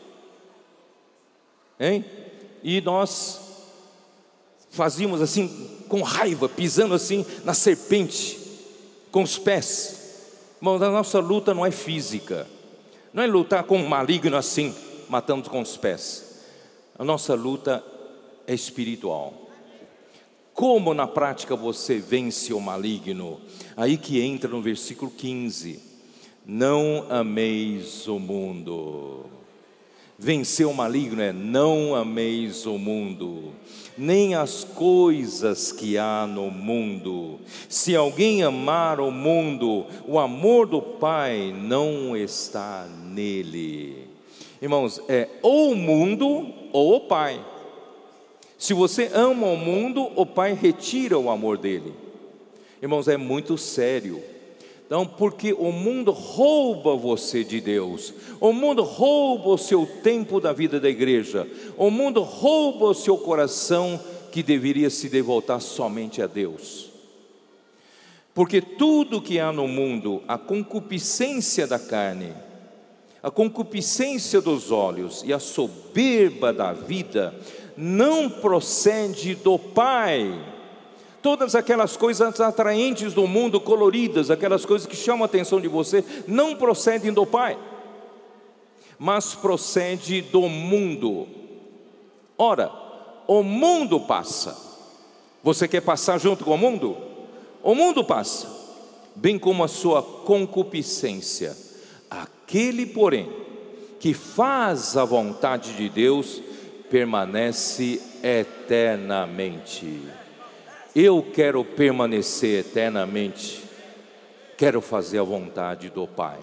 Hein? E nós fazíamos assim, com raiva, pisando assim na serpente, com os pés. Mas a nossa luta não é física, não é lutar com um maligno assim, matando com os pés. A nossa luta é espiritual. Como na prática você vence o maligno? Aí que entra no versículo 15: não ameis o mundo. Vencer o maligno é: não ameis o mundo, nem as coisas que há no mundo. Se alguém amar o mundo, o amor do Pai não está nele. Irmãos, é ou o mundo ou o Pai. Se você ama o mundo, o Pai retira o amor dele. Irmãos, é muito sério. Então, porque o mundo rouba você de Deus, o mundo rouba o seu tempo da vida da igreja, o mundo rouba o seu coração que deveria se devotar somente a Deus. Porque tudo que há no mundo, a concupiscência da carne, a concupiscência dos olhos e a soberba da vida, não procede do Pai. Todas aquelas coisas atraentes do mundo, coloridas, aquelas coisas que chamam a atenção de você, não procedem do Pai, mas procede do mundo. Ora, o mundo passa. Você quer passar junto com o mundo? O mundo passa, bem como a sua concupiscência. Aquele, porém, que faz a vontade de Deus, permanece eternamente. Eu quero permanecer eternamente, quero fazer a vontade do Pai.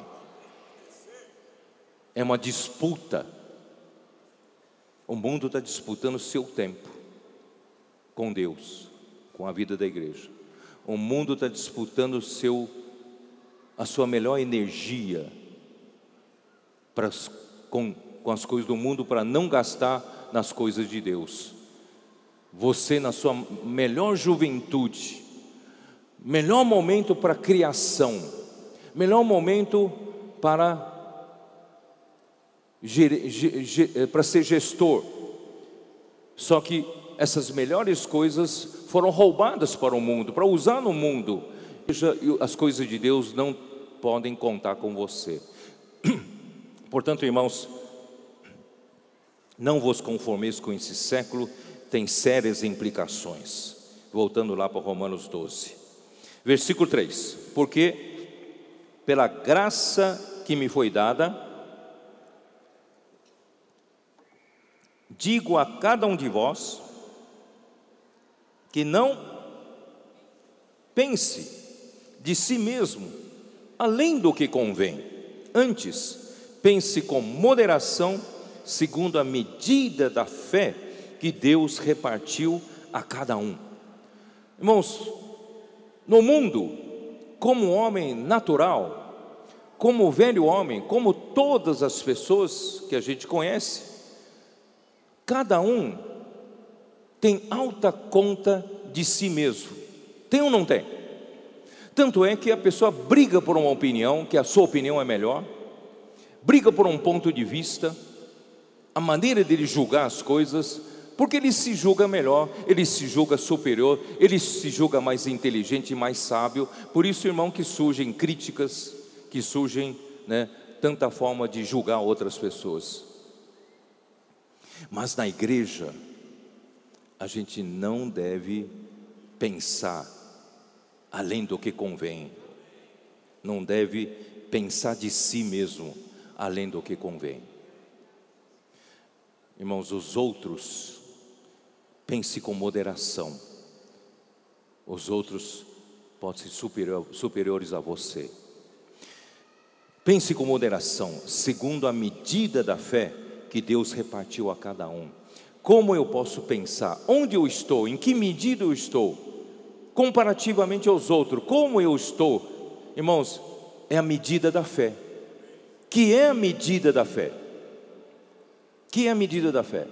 É uma disputa. O mundo está disputando o seu tempo com Deus, com a vida da igreja. O mundo está disputando a sua melhor energia com as coisas do mundo, para não gastar nas coisas de Deus. Você na sua melhor juventude, melhor momento para criação, melhor momento para ser gestor. Só que essas melhores coisas foram roubadas para o mundo, para usar no mundo. As coisas de Deus não podem contar com você. Portanto, irmãos, não vos conformeis com esse século, tem sérias implicações. Voltando lá para Romanos 12, versículo 3: porque pela graça que me foi dada, digo a cada um de vós, que não pense de si mesmo além do que convém, antes pense com moderação, segundo a medida da fé que Deus repartiu a cada um. Irmãos, no mundo, como homem natural, como velho homem, como todas as pessoas que a gente conhece, cada um tem alta conta de si mesmo. Tem ou não tem? Tanto é que a pessoa briga por uma opinião, que a sua opinião é melhor, briga por um ponto de vista, a maneira dele julgar as coisas, porque ele se julga melhor, ele se julga superior, ele se julga mais inteligente e mais sábio. Por isso, irmão, que surgem críticas, que surgem, tanta forma de julgar outras pessoas. Mas na igreja, a gente não deve pensar além do que convém, não deve pensar de si mesmo além do que convém. Irmãos, os outros, pense com moderação. Os outros podem ser superiores a você. Pense com moderação, segundo a medida da fé que Deus repartiu a cada um. Como eu posso pensar? Onde eu estou? Em que medida eu estou? Comparativamente aos outros, como eu estou? Irmãos, é a medida da fé. Que é a medida da fé? Que é a medida da fé?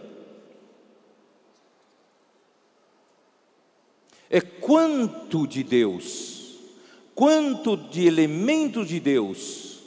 É quanto de Deus, quanto de elementos de Deus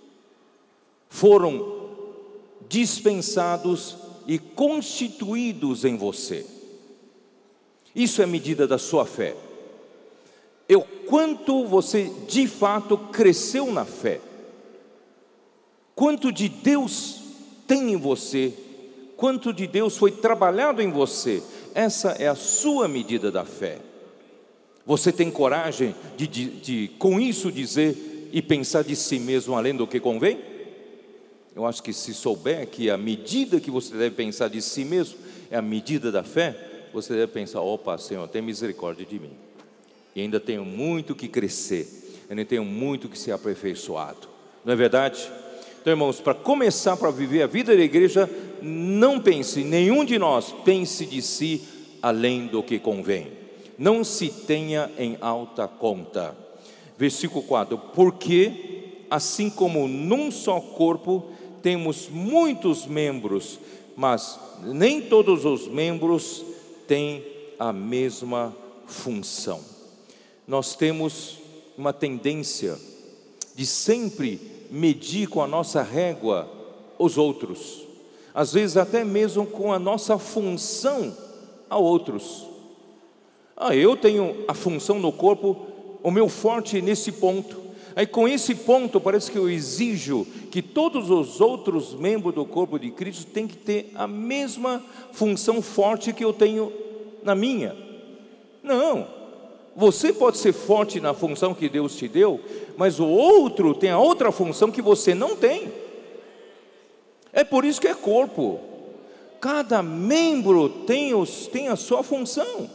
foram dispensados e constituídos em você. Isso é a medida da sua fé. É o quanto você de fato cresceu na fé, quanto de Deus tem em você, quanto de Deus foi trabalhado em você. Essa é a sua medida da fé. Você tem coragem de com isso dizer e pensar de si mesmo além do que convém? Eu acho que se souber que a medida que você deve pensar de si mesmo é a medida da fé, você deve pensar: opa, Senhor, tem misericórdia de mim, e ainda tenho muito que crescer, ainda tenho muito que ser aperfeiçoado. Não é verdade? Então, irmãos, para começar para viver a vida da igreja, não pense, nenhum de nós pense de si além do que convém. Não se tenha em alta conta. Versículo 4: porque assim como num só corpo temos muitos membros, mas nem todos os membros têm a mesma função. Nós temos uma tendência de sempre medir com a nossa régua os outros, às vezes até mesmo com a nossa função a outros. Eu tenho a função no corpo, o meu forte nesse ponto. Aí com esse ponto parece que eu exijo que todos os outros membros do corpo de Cristo têm que ter a mesma função forte que eu tenho na minha. Não, você pode ser forte na função que Deus te deu, mas o outro tem a outra função que você não tem. É por isso que é corpo. Cada membro tem a sua função.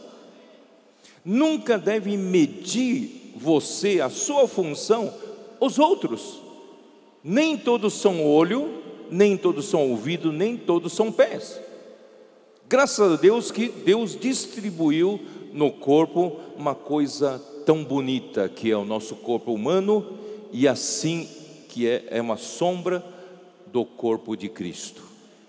Nunca deve medir você, a sua função, os outros. Nem todos são olho, nem todos são ouvido, nem todos são pés. Graças a Deus que Deus distribuiu no corpo uma coisa tão bonita que é o nosso corpo humano, e assim que é uma sombra do corpo de Cristo.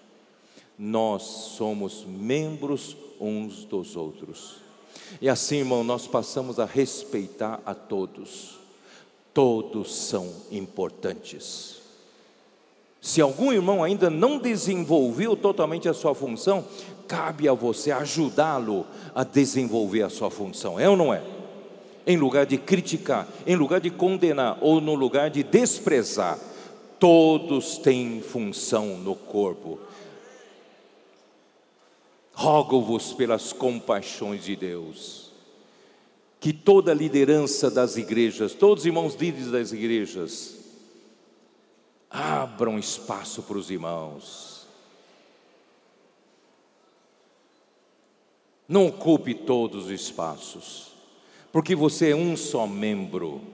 Nós somos membros uns dos outros. E assim, irmão, nós passamos a respeitar a todos. Todos são importantes. Se algum irmão ainda não desenvolveu totalmente a sua função, cabe a você ajudá-lo a desenvolver a sua função, é ou não é? Em lugar de criticar, em lugar de condenar, ou no lugar de desprezar, todos têm função no corpo. Rogo-vos pelas compaixões de Deus, que toda a liderança das igrejas, todos os irmãos líderes das igrejas, abram espaço para os irmãos. Não ocupe todos os espaços, porque você é um só membro.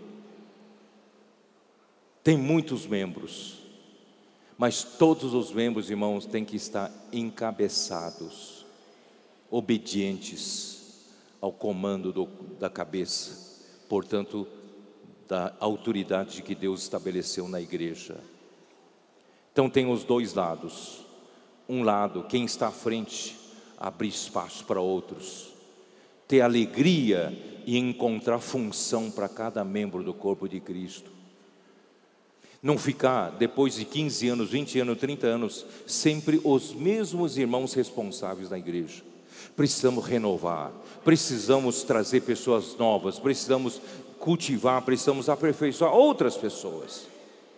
Tem muitos membros, mas todos os membros, irmãos, têm que estar encabeçados, obedientes ao comando da cabeça, portanto, da autoridade que Deus estabeleceu na igreja. Então tem os dois lados. Um lado, quem está à frente, abrir espaço para outros, ter alegria e encontrar função para cada membro do corpo de Cristo. Não ficar, depois de 15 anos, 20 anos, 30 anos, sempre os mesmos irmãos responsáveis na igreja. Precisamos renovar, precisamos trazer pessoas novas, precisamos cultivar, precisamos aperfeiçoar outras pessoas.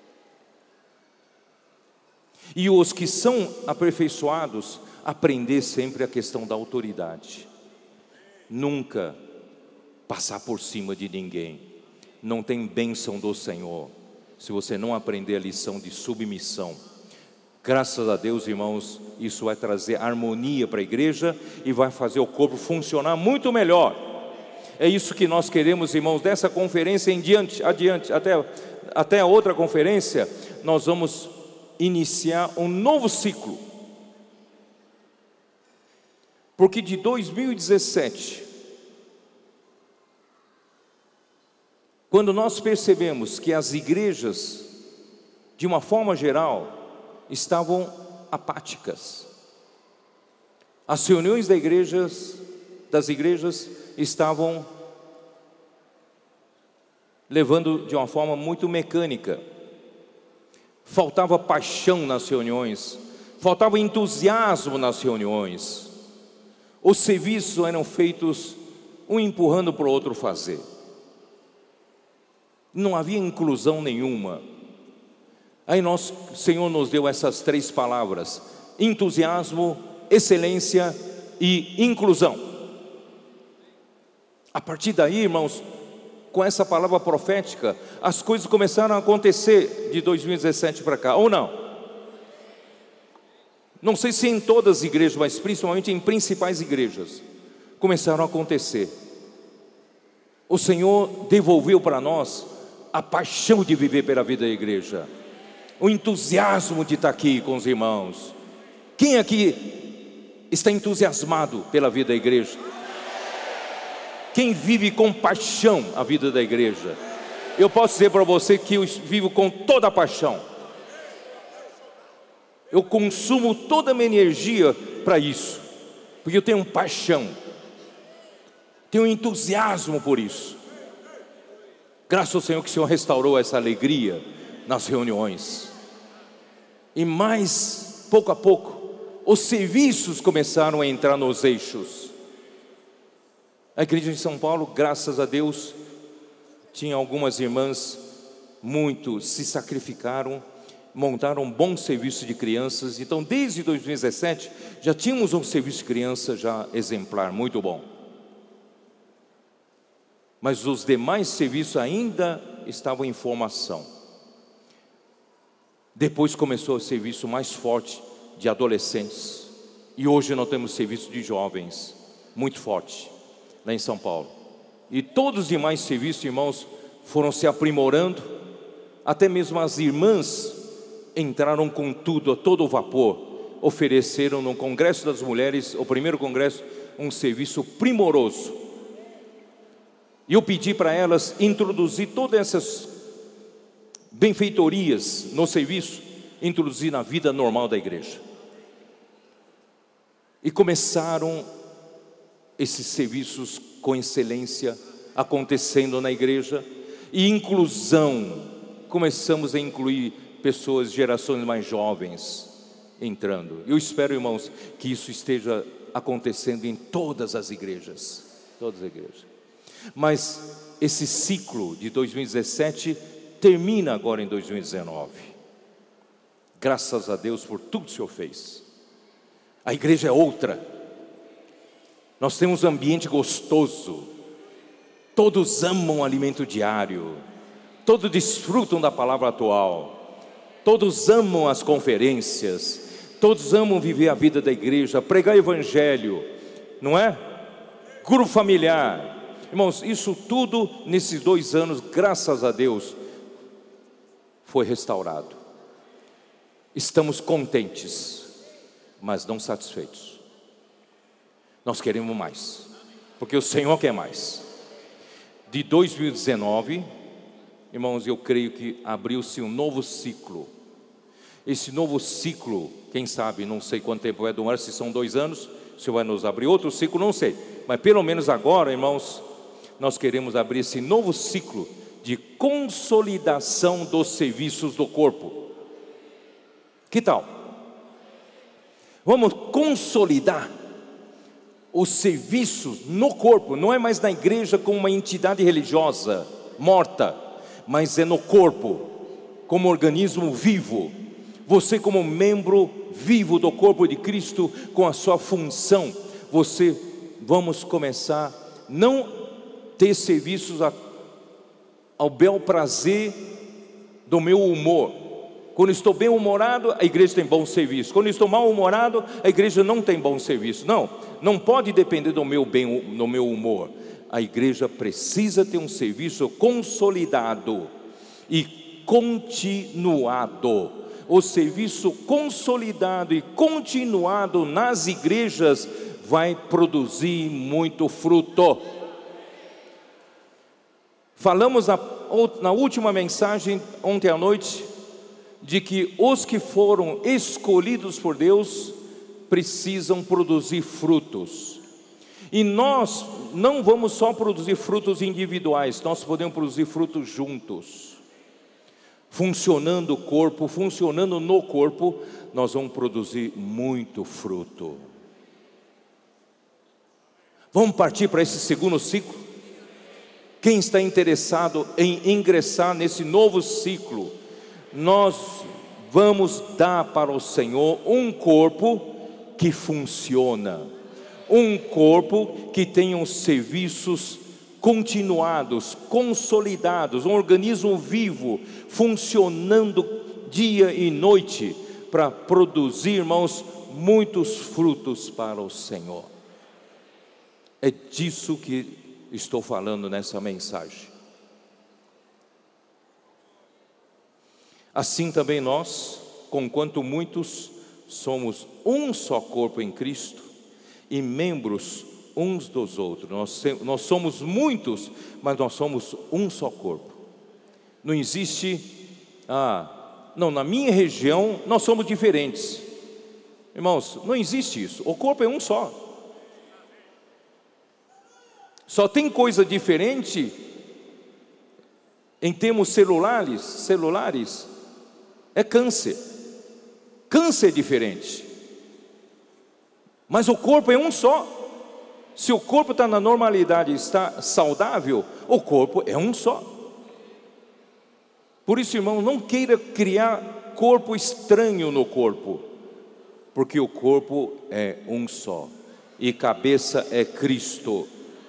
E os que são aperfeiçoados, aprender sempre a questão da autoridade. Nunca passar por cima de ninguém. Não tem bênção do Senhor se você não aprender a lição de submissão. Graças a Deus, irmãos, isso vai trazer harmonia para a igreja e vai fazer o corpo funcionar muito melhor. É isso que nós queremos, irmãos, dessa conferência em diante, adiante, até a outra conferência, nós vamos iniciar um novo ciclo. Porque de 2017, quando nós percebemos que as igrejas, de uma forma geral, estavam apáticas, as reuniões das igrejas estavam levando de uma forma muito mecânica, faltava paixão nas reuniões, faltava entusiasmo nas reuniões, os serviços eram feitos um empurrando para o outro fazer, não havia inclusão nenhuma. Aí o Senhor nos deu essas 3 palavras: entusiasmo, excelência e inclusão. A partir daí, irmãos, com essa palavra profética, as coisas começaram a acontecer de 2017 para cá, ou não? Não sei se em todas as igrejas, mas principalmente em principais igrejas, começaram a acontecer. O Senhor devolveu para nós a paixão de viver pela vida da igreja. o entusiasmo de estar aqui com os irmãos. Quem aqui está entusiasmado pela vida da igreja? Quem vive com paixão a vida da igreja? Eu posso dizer para você que eu vivo com toda a paixão. Eu consumo toda a minha energia para isso, porque eu tenho paixão, tenho entusiasmo por isso. Graças ao Senhor que o Senhor restaurou essa alegria nas reuniões. E mais, pouco a pouco, os serviços começaram a entrar nos eixos. A igreja em São Paulo, graças a Deus, tinha algumas irmãs muito se sacrificaram, montaram um bom serviço de crianças. Então desde 2017 já tínhamos um serviço de criança já exemplar, muito bom. Mas os demais serviços ainda estavam em formação. Depois começou o serviço mais forte de adolescentes. E hoje nós temos serviço de jovens, muito forte, lá em São Paulo. E todos os demais serviços, irmãos, foram se aprimorando. Até mesmo as irmãs entraram com tudo, a todo vapor. Ofereceram no Congresso das Mulheres, o primeiro congresso, um serviço primoroso. E eu pedi para elas introduzir todas essas benfeitorias no serviço, introduzir na vida normal da igreja. E começaram esses serviços com excelência acontecendo na igreja. E inclusão, começamos a incluir pessoas, gerações mais jovens entrando. Eu espero, irmãos, que isso esteja acontecendo em todas as igrejas. Todas as igrejas. Mas esse ciclo de 2017 termina agora em 2019. Graças a Deus por tudo que o Senhor fez. A igreja é outra. Nós temos um ambiente gostoso. Todos amam o alimento diário. Todos desfrutam da palavra atual. Todos amam as conferências. Todos amam viver a vida da igreja, pregar o evangelho, não é? Grupo familiar. Irmãos, isso tudo nesses 2 anos, graças a Deus, foi restaurado. Estamos contentes, mas não satisfeitos. Nós queremos mais, porque o Senhor quer mais. De 2019, irmãos, eu creio que abriu-se um novo ciclo. Esse novo ciclo, quem sabe, não sei quanto tempo vai durar, se são 2 anos, o Senhor vai nos abrir outro ciclo, não sei. Mas pelo menos agora, irmãos, nós queremos abrir esse novo ciclo de consolidação dos serviços do corpo. Que tal? Vamos consolidar os serviços no corpo. Não é mais na igreja como uma entidade religiosa morta, mas é no corpo, como organismo vivo. Você como membro vivo do corpo de Cristo, com a sua função. Vamos começar não ter serviços ao bel prazer do meu humor. Quando estou bem humorado, a igreja tem bom serviço. Quando estou mal humorado, a igreja não tem bom serviço. Não pode depender do meu humor. A igreja precisa ter um serviço consolidado e continuado. O serviço consolidado e continuado nas igrejas vai produzir muito fruto. Falamos na última mensagem, ontem à noite, de que os que foram escolhidos por Deus precisam produzir frutos. E nós não vamos só produzir frutos individuais, nós podemos produzir frutos juntos. Funcionando o corpo, funcionando no corpo, nós vamos produzir muito fruto. Vamos partir para esse segundo ciclo? Quem está interessado em ingressar nesse novo ciclo? Nós vamos dar para o Senhor um corpo que funciona, um corpo que tenha os serviços continuados, consolidados, um organismo vivo, funcionando dia e noite, para produzir, irmãos, muitos frutos para o Senhor. É disso que estou falando nessa mensagem. Assim também nós, conquanto muitos, somos um só corpo em Cristo e membros uns dos outros. Nós somos muitos, mas nós somos um só corpo. Não existe, não, na minha região nós somos diferentes. Irmãos, não existe isso. O corpo é um só. Só tem coisa diferente em termos celulares, é câncer. Câncer é diferente. Mas o corpo é um só. Se o corpo está na normalidade, está saudável, o corpo é um só. Por isso, irmão, não queira criar corpo estranho no corpo, porque o corpo é um só, e cabeça é Cristo.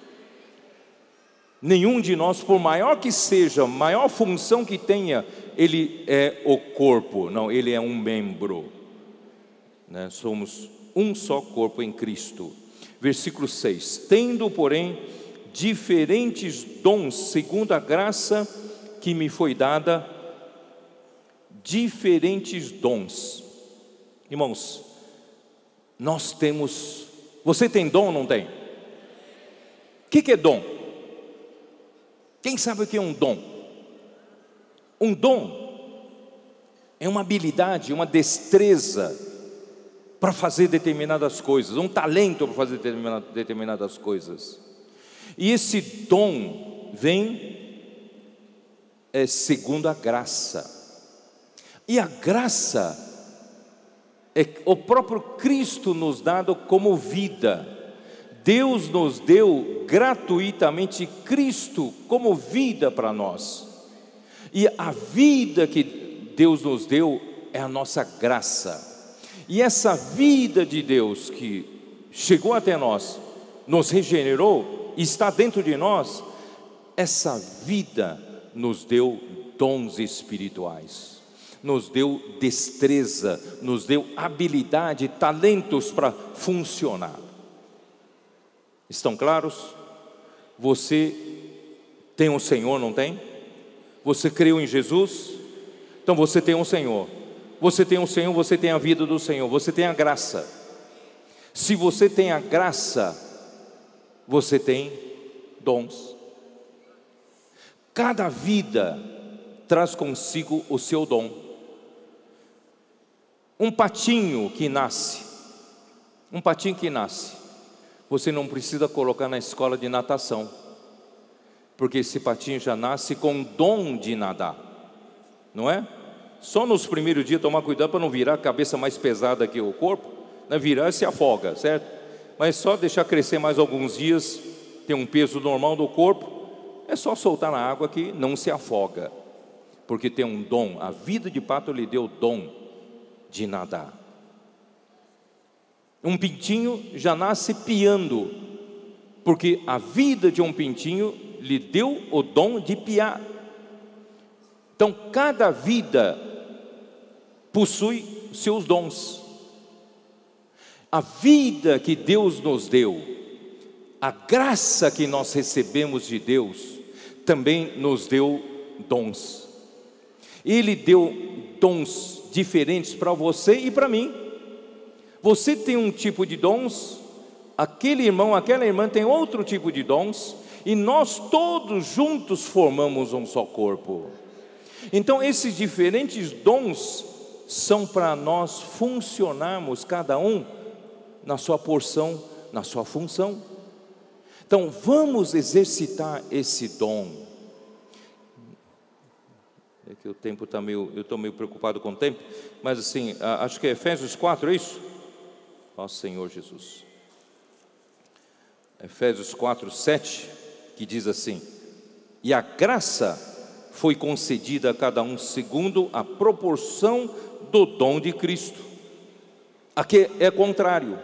Nenhum de nós, por maior que seja, maior função que tenha, ele é o corpo, não, ele é um membro, né? Somos um só corpo em Cristo. Versículo 6: tendo, porém, diferentes dons, segundo a graça que me foi dada, diferentes dons. Irmãos, nós temos, você tem dom ou não tem? O que é dom? Quem sabe o que é um dom? Um dom é uma habilidade, uma destreza para fazer determinadas coisas, um talento para fazer determinadas coisas. E esse dom vem segundo a graça. E a graça é o próprio Cristo nos dado como vida. Deus nos deu gratuitamente Cristo como vida para nós. E a vida que Deus nos deu é a nossa graça. E essa vida de Deus que chegou até nós, nos regenerou, está dentro de nós, essa vida nos deu dons espirituais, nos deu destreza, nos deu habilidade, talentos para funcionar. Estão claros? Você tem um Senhor, não tem? Você creu em Jesus? Então você tem um Senhor. Você tem um Senhor, você tem a vida do Senhor, você tem a graça. Se você tem a graça, você tem dons. Cada vida traz consigo o seu dom. Um patinho que nasce, você não precisa colocar na escola de natação, porque esse patinho já nasce com dom de nadar, não é? Só nos primeiros dias tomar cuidado para não virar a cabeça mais pesada que o corpo, né? Virar e se afoga, certo? Mas só deixar crescer mais alguns dias, tem um peso normal do corpo, é só soltar na água que não se afoga, porque tem um dom. A vida de pato lhe deu dom de nadar. Um pintinho já nasce piando, porque a vida de um pintinho lhe deu o dom de piar. Então cada vida possui seus dons. A vida que Deus nos deu, a graça que nós recebemos de Deus, também nos deu dons. Ele deu dons diferentes para você e para mim. Você tem um tipo de dons, aquele irmão, aquela irmã tem outro tipo de dons, e nós todos juntos formamos um só corpo. Então esses diferentes dons são para nós funcionarmos, cada um na sua porção, na sua função. Então vamos exercitar esse dom. É que o tempo está meio, eu estou meio preocupado com o tempo, mas assim, acho que é Efésios 4, é isso? Ó Senhor Jesus. Efésios 4, 7, que diz assim: e a graça foi concedida a cada um segundo a proporção do dom de Cristo. Aqui é contrário.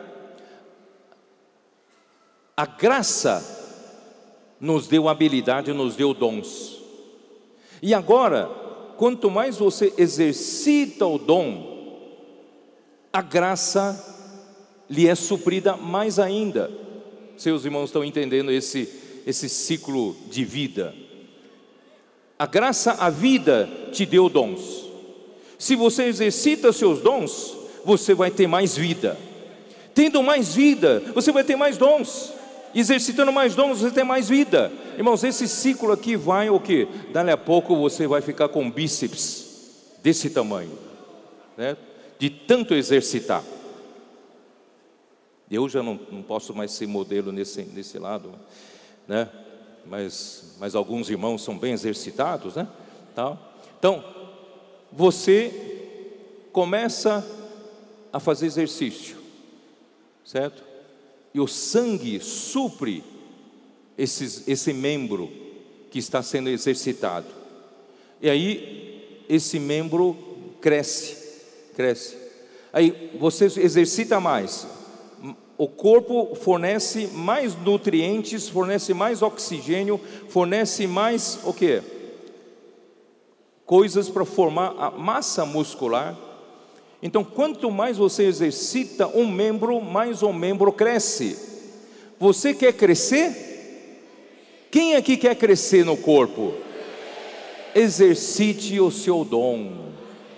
A graça nos deu habilidade, nos deu dons. E agora, quanto mais você exercita o dom, a graça lhe é suprida mais ainda. Seus irmãos estão entendendo esse ciclo de vida? A graça, a vida te deu dons. Se você exercita seus dons, você vai ter mais vida. Tendo mais vida, você vai ter mais dons. Exercitando mais dons, você tem mais vida. Irmãos, esse ciclo aqui vai o quê? Dali a pouco você vai ficar com bíceps desse tamanho, né? De tanto exercitar. Eu já não posso mais ser modelo nesse lado, né? Mas alguns irmãos são bem exercitados, né? Então, você começa a fazer exercício, certo? E o sangue supre esse membro que está sendo exercitado. E aí, esse membro cresce. Aí, você exercita mais. O corpo fornece mais nutrientes, fornece mais oxigênio, fornece mais o quê? Coisas para formar a massa muscular. Então, quanto mais você exercita um membro, mais o membro cresce. Você quer crescer? Quem aqui quer crescer no corpo? Exercite o seu dom.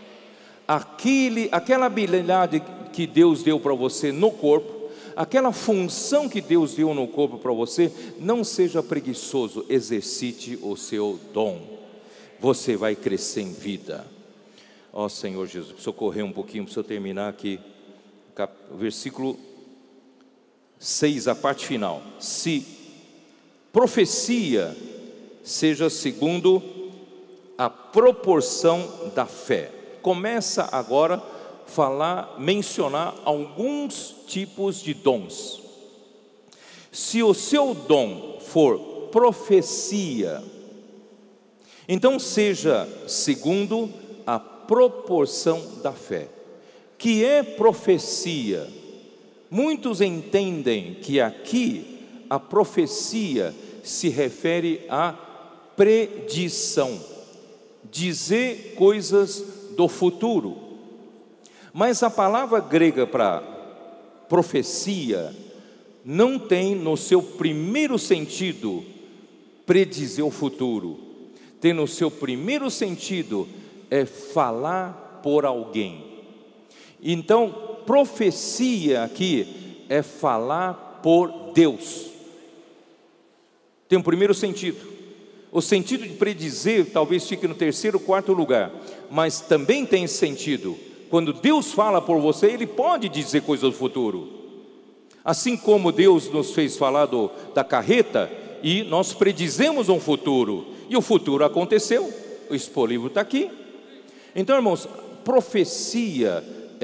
Aquela habilidade que Deus deu para você no corpo, aquela função que Deus deu no corpo para você, não seja preguiçoso, exercite o seu dom. Você vai crescer em vida. Ó Senhor Jesus, preciso correr um pouquinho, preciso terminar aqui. Versículo 6, a parte final. Se profecia seja segundo a proporção da fé. Começa agora mencionar alguns tipos de dons. Se o seu dom for profecia, então seja segundo a proporção da fé. Que é profecia? Muitos entendem que aqui a profecia se refere à predição, dizer coisas do futuro. Mas a palavra grega para profecia não tem no seu primeiro sentido predizer o futuro. Tem no seu primeiro sentido falar por alguém. Então, profecia aqui é falar por Deus. Tem um primeiro sentido. O sentido de predizer talvez fique no terceiro, quarto lugar, mas também tem sentido. Quando Deus fala por você, Ele pode dizer coisas do futuro. Assim como Deus nos fez falar da carreta, e nós predizemos um futuro, e o futuro aconteceu. O expo-livro está aqui. Então, irmãos, profecia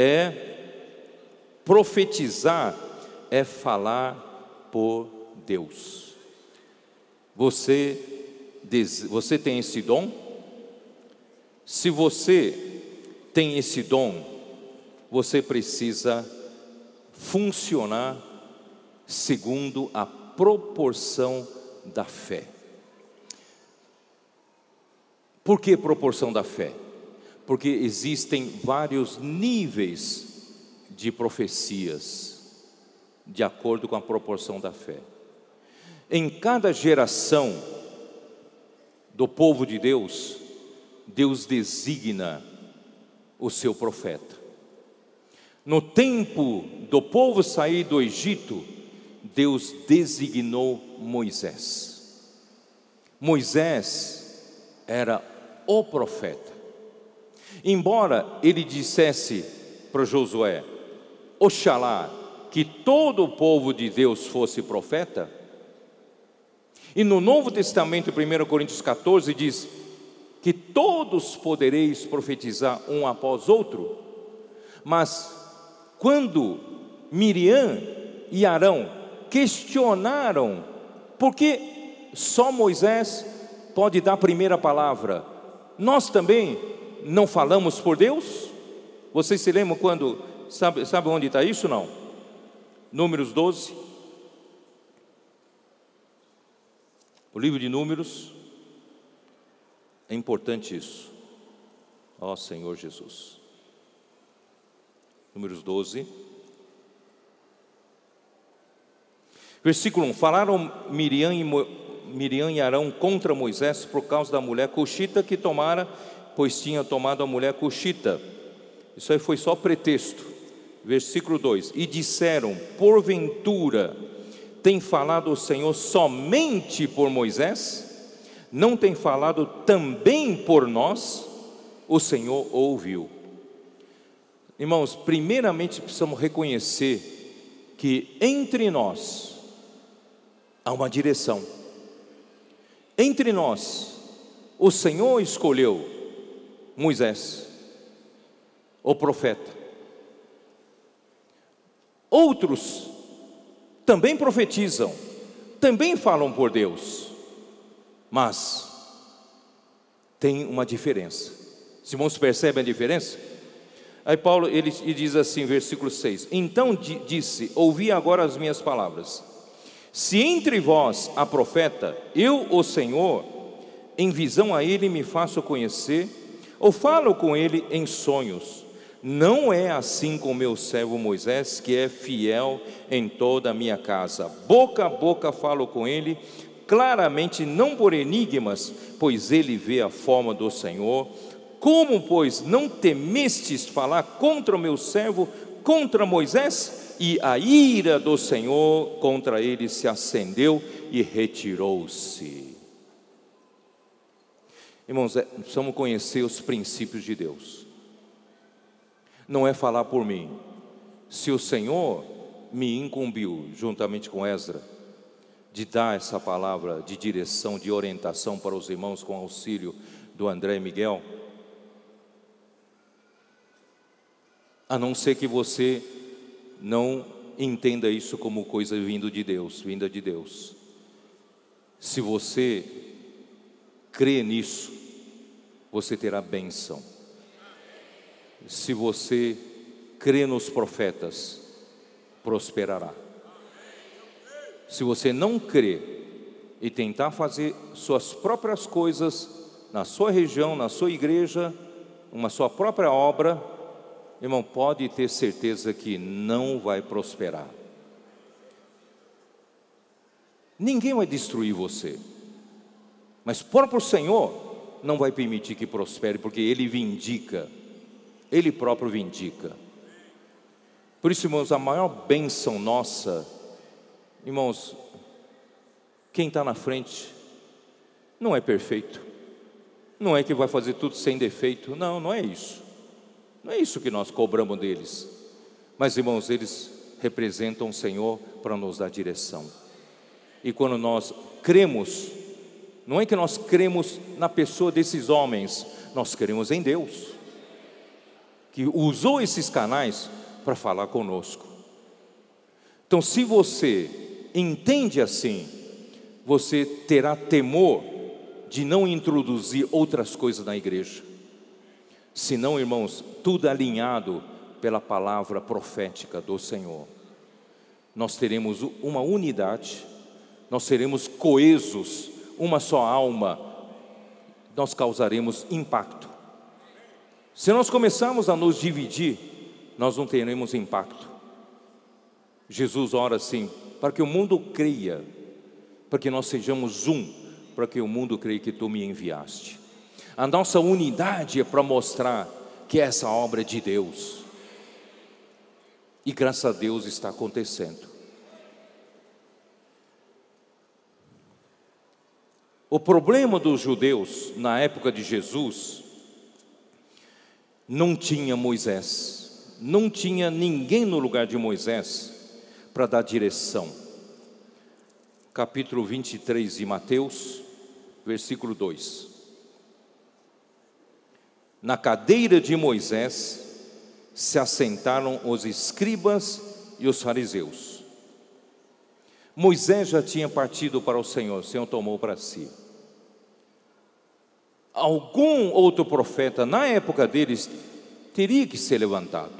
profetizar é falar por Deus. Você tem esse dom? Se você tem esse dom, você precisa funcionar segundo a proporção da fé. Por que proporção da fé? Porque existem vários níveis de profecias, de acordo com a proporção da fé. Em cada geração do povo de Deus, Deus designa o seu profeta. No tempo do povo sair do Egito, Deus designou Moisés. Moisés era o profeta. Embora ele dissesse para Josué: oxalá que todo o povo de Deus fosse profeta. E no Novo Testamento, 1 Coríntios 14, diz que todos podereis profetizar um após outro. Mas quando Miriam e Arão questionaram por que só Moisés pode dar a primeira palavra, nós também não falamos por Deus? Vocês se lembram quando, sabe onde está isso? Não? Números 12. O livro de Números, é importante isso. Ó Senhor Jesus. Números 12. Versículo 1. Falaram Miriam e Arão contra Moisés por causa da mulher cuxita que tomara pois tinha tomado a mulher cuxita. Isso aí foi só pretexto. Versículo 2: e disseram: porventura tem falado o Senhor somente por Moisés? Não tem falado também por nós? O Senhor ouviu. Irmãos, primeiramente precisamos reconhecer que entre nós há uma direção. Entre nós, o Senhor escolheu Moisés, o profeta. Outros também profetizam, também falam por Deus, mas tem uma diferença. Os irmãos percebem a diferença? Aí Paulo ele diz assim, versículo 6: então disse: ouvi agora as minhas palavras. Se entre vós há profeta, eu, o Senhor, em visão a ele me faço conhecer, ou falo com ele em sonhos. Não é assim com meu servo Moisés, que é fiel em toda a minha casa. Boca a boca falo com ele, claramente, não por enigmas, pois ele vê a forma do Senhor. Como, pois, não temestes falar contra o meu servo, contra Moisés? E a ira do Senhor contra ele se acendeu e retirou-se. Irmãos, precisamos conhecer os princípios de Deus. Não é falar por mim. Se o Senhor me incumbiu, juntamente com Esdra, de dar essa palavra de direção, de orientação para os irmãos, com auxílio do André e Miguel, a não ser que você não entenda isso como coisa vinda de Deus. Se você crê nisso, você terá bênção. Se você crê nos profetas, prosperará. Se você não crê e tentar fazer suas próprias coisas na sua região, na sua igreja, uma sua própria obra, irmão, pode ter certeza que não vai prosperar. Ninguém vai destruir você, mas o próprio Senhor não vai permitir que prospere, porque Ele vindica, Ele próprio vindica. Por isso, irmãos, a maior bênção nossa, irmãos, quem está na frente não é perfeito, não é que vai fazer tudo sem defeito, não é isso. Não é isso que nós cobramos deles. Mas, irmãos, eles representam o Senhor para nos dar direção. E quando nós cremos, não é que nós cremos na pessoa desses homens, nós cremos em Deus, que usou esses canais para falar conosco. Então, se você entende assim, você terá temor de não introduzir outras coisas na igreja. Senão, irmãos, tudo alinhado pela palavra profética do Senhor, nós teremos uma unidade, nós seremos coesos, uma só alma, nós causaremos impacto. Se nós começarmos a nos dividir, nós não teremos impacto. Jesus ora assim, para que o mundo creia, para que nós sejamos um, para que o mundo creia que tu me enviaste. A nossa unidade é para mostrar que essa obra é de Deus. E graças a Deus está acontecendo. O problema dos judeus na época de Jesus, não tinha Moisés, não tinha ninguém no lugar de Moisés para dar direção. Capítulo 23 de Mateus, versículo 2. Na cadeira de Moisés se assentaram os escribas e os fariseus. Moisés já tinha partido para o Senhor tomou para si. Algum outro profeta na época deles teria que ser levantado,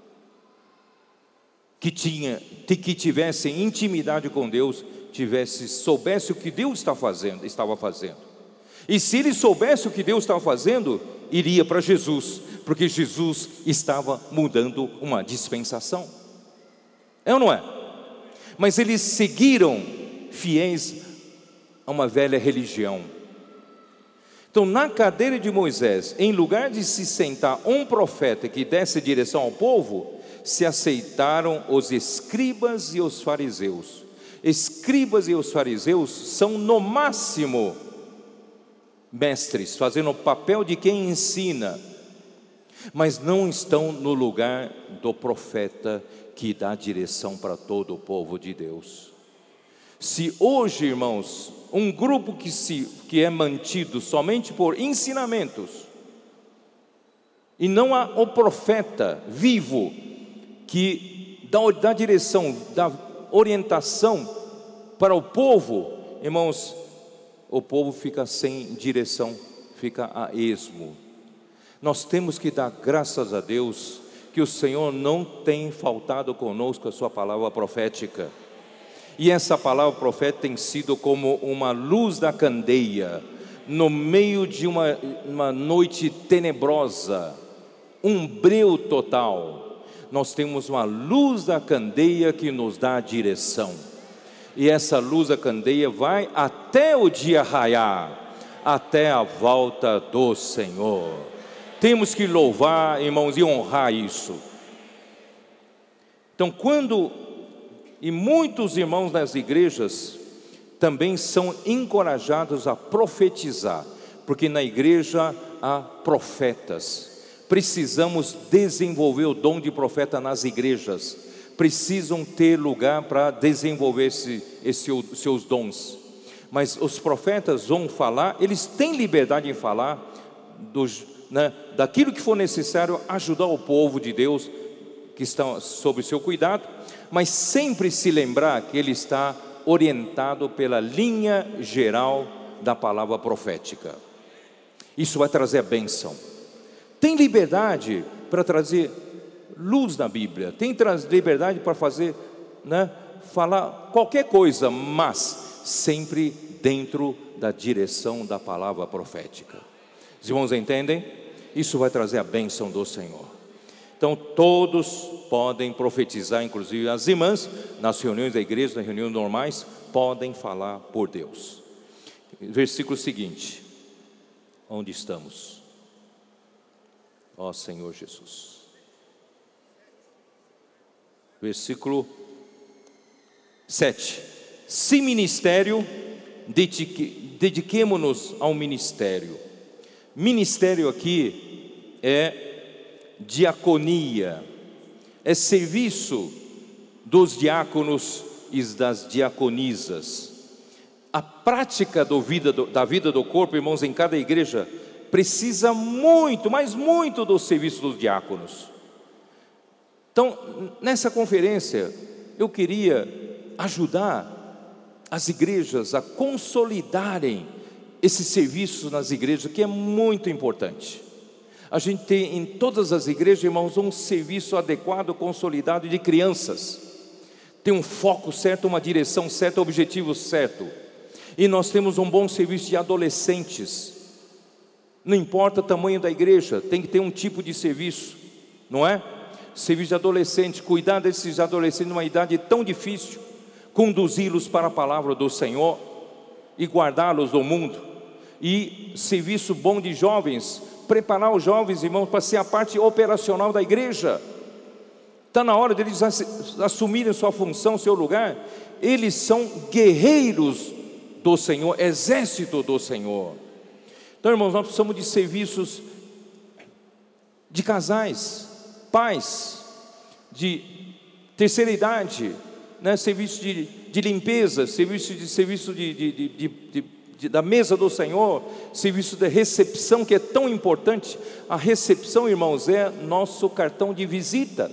que tivesse intimidade com Deus, soubesse o que Deus estava fazendo. E se ele soubesse o que Deus estava fazendo, iria para Jesus, porque Jesus estava mudando uma dispensação. É ou não é? Mas eles seguiram fiéis a uma velha religião. Então, na cadeira de Moisés, em lugar de se sentar um profeta que desse direção ao povo, se aceitaram os escribas e os fariseus. Escribas e os fariseus são no máximo mestres, fazendo o papel de quem ensina, mas não estão no lugar do profeta que dá direção para todo o povo de Deus. Se hoje, irmãos, um grupo que é mantido somente por ensinamentos, e não há o profeta vivo que dá direção, dá orientação para o povo, irmãos, o povo fica sem direção, fica a esmo. Nós temos que dar graças a Deus que o Senhor não tem faltado conosco a sua palavra profética. E essa palavra profética tem sido como uma luz da candeia, no meio de uma noite tenebrosa, um breu total. Nós temos uma luz da candeia que nos dá a direção. E essa luz da candeia vai até o dia raiar, até a volta do Senhor. Temos que louvar, irmãos, e honrar isso. Então, e muitos irmãos nas igrejas também são encorajados a profetizar, porque na igreja há profetas. Precisamos desenvolver o dom de profeta nas igrejas. Precisam ter lugar para desenvolver seus dons. Mas os profetas vão falar, eles têm liberdade em falar daquilo que for necessário, ajudar o povo de Deus que está sob o seu cuidado, mas sempre se lembrar que ele está orientado pela linha geral da palavra profética. Isso vai trazer a bênção. Tem liberdade para trazer luz na Bíblia, tem liberdade para falar qualquer coisa, mas sempre dentro da direção da palavra profética. Os irmãos entendem? Isso vai trazer a bênção do Senhor. Então todos podem profetizar, inclusive as irmãs, nas reuniões da igreja, nas reuniões normais, podem falar por Deus. Versículo seguinte, onde estamos? Ó Senhor Jesus. Versículo 7. Se ministério, dediquemo-nos ao ministério. Ministério aqui é diaconia, é serviço dos diáconos e das diaconisas. A prática da vida do corpo, irmãos, em cada igreja, precisa muito, mas muito do serviço dos diáconos. Então, nessa conferência, eu queria ajudar as igrejas a consolidarem esse serviço nas igrejas, que é muito importante. A gente tem em todas as igrejas, irmãos, um serviço adequado, consolidado de crianças. Tem um foco certo, uma direção certa, um objetivo certo. E nós temos um bom serviço de adolescentes. Não importa o tamanho da igreja, tem que ter um tipo de serviço, não é? Serviço de adolescente, cuidar desses adolescentes numa idade tão difícil, conduzi-los para a palavra do Senhor e guardá-los do mundo. E serviço bom de jovens, preparar os jovens, irmãos, para ser a parte operacional da igreja. Está na hora deles assumirem sua função, seu lugar. Eles são guerreiros do Senhor, exército do Senhor. Então, irmãos, nós precisamos de serviços de casais, pais, de terceira idade, serviço de limpeza, serviço da mesa do Senhor, serviço de recepção, que é tão importante. A recepção, irmãos, é nosso cartão de visitas.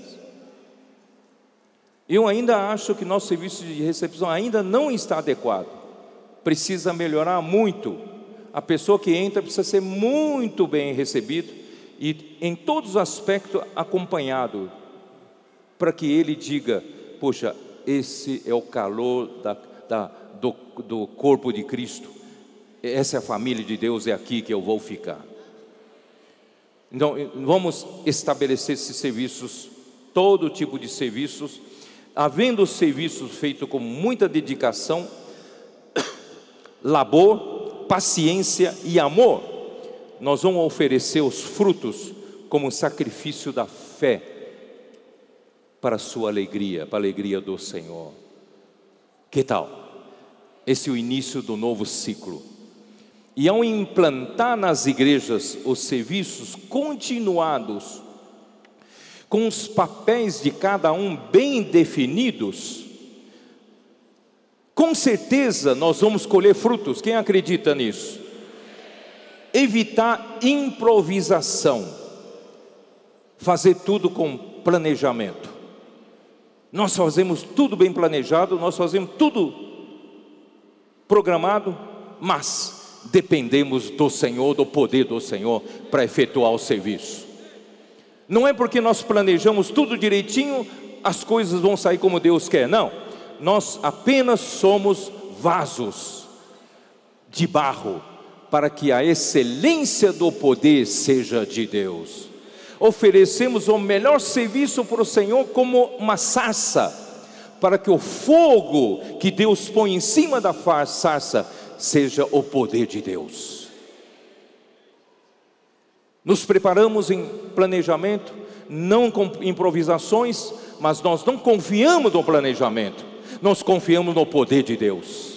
Eu ainda acho que nosso serviço de recepção ainda não está adequado, precisa melhorar muito. A pessoa que entra precisa ser muito bem recebida e em todos os aspectos acompanhado, para que ele diga: poxa, esse é o calor do corpo de Cristo, essa é a família de Deus, é aqui que eu vou ficar. Então vamos estabelecer esses serviços, todo tipo de serviços, havendo serviços feitos com muita dedicação, labor, paciência e amor. nós vamos oferecer os frutos como sacrifício da fé para a sua alegria, para a alegria do Senhor. Que tal? Esse é o início do novo ciclo. E ao implantar nas igrejas os serviços continuados, com os papéis de cada um bem definidos, com certeza nós vamos colher frutos. Quem acredita nisso? Evitar improvisação, fazer tudo com planejamento. Nós fazemos tudo bem planejado, nós fazemos tudo programado, mas dependemos do Senhor, do poder do Senhor para efetuar o serviço. Não é porque nós planejamos tudo direitinho, as coisas vão sair como Deus quer, não. Nós apenas somos vasos de barro, para que a excelência do poder seja de Deus. Oferecemos o melhor serviço para o Senhor como uma sarça, para que o fogo que Deus põe em cima da sarça seja o poder de Deus. Nos preparamos em planejamento, não com improvisações, mas nós não confiamos no planejamento, nós confiamos no poder de Deus.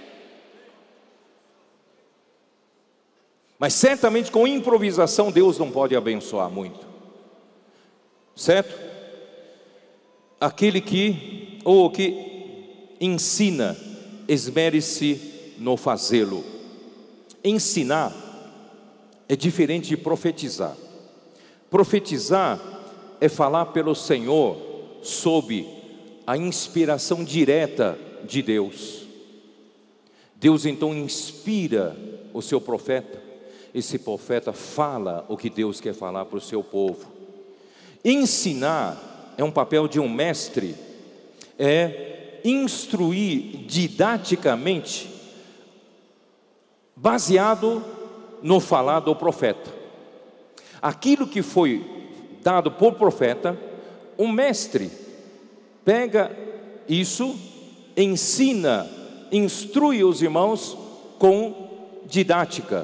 Mas certamente com improvisação Deus não pode abençoar muito, certo? Aquele que, ou que ensina, esmere-se no fazê-lo. Ensinar é diferente de profetizar. Profetizar é falar pelo Senhor sob a inspiração direta de Deus. Deus então inspira o seu profeta. Esse profeta fala o que Deus quer falar para o seu povo. Ensinar é um papel de um mestre, é instruir didaticamente, baseado no falar do profeta. Aquilo que foi dado por profeta, o mestre pega isso, ensina, instrui os irmãos com didática,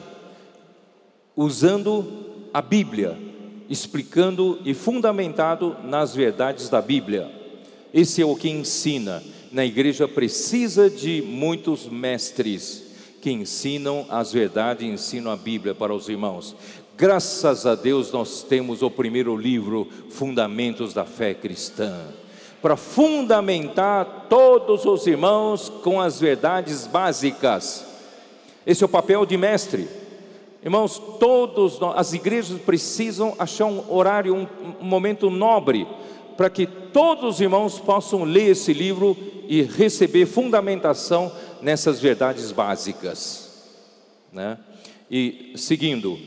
usando a Bíblia, explicando e fundamentado nas verdades da Bíblia. Esse é o que ensina. Na igreja precisa de muitos mestres que ensinam as verdades, ensinam a Bíblia para os irmãos. Graças a Deus nós temos o primeiro livro, Fundamentos da Fé Cristã, para fundamentar todos os irmãos com as verdades básicas. Esse é o papel de mestre. Irmãos, as igrejas precisam achar um horário, um momento nobre, para que todos os irmãos possam ler esse livro e receber fundamentação nessas verdades básicas, né? E seguindo,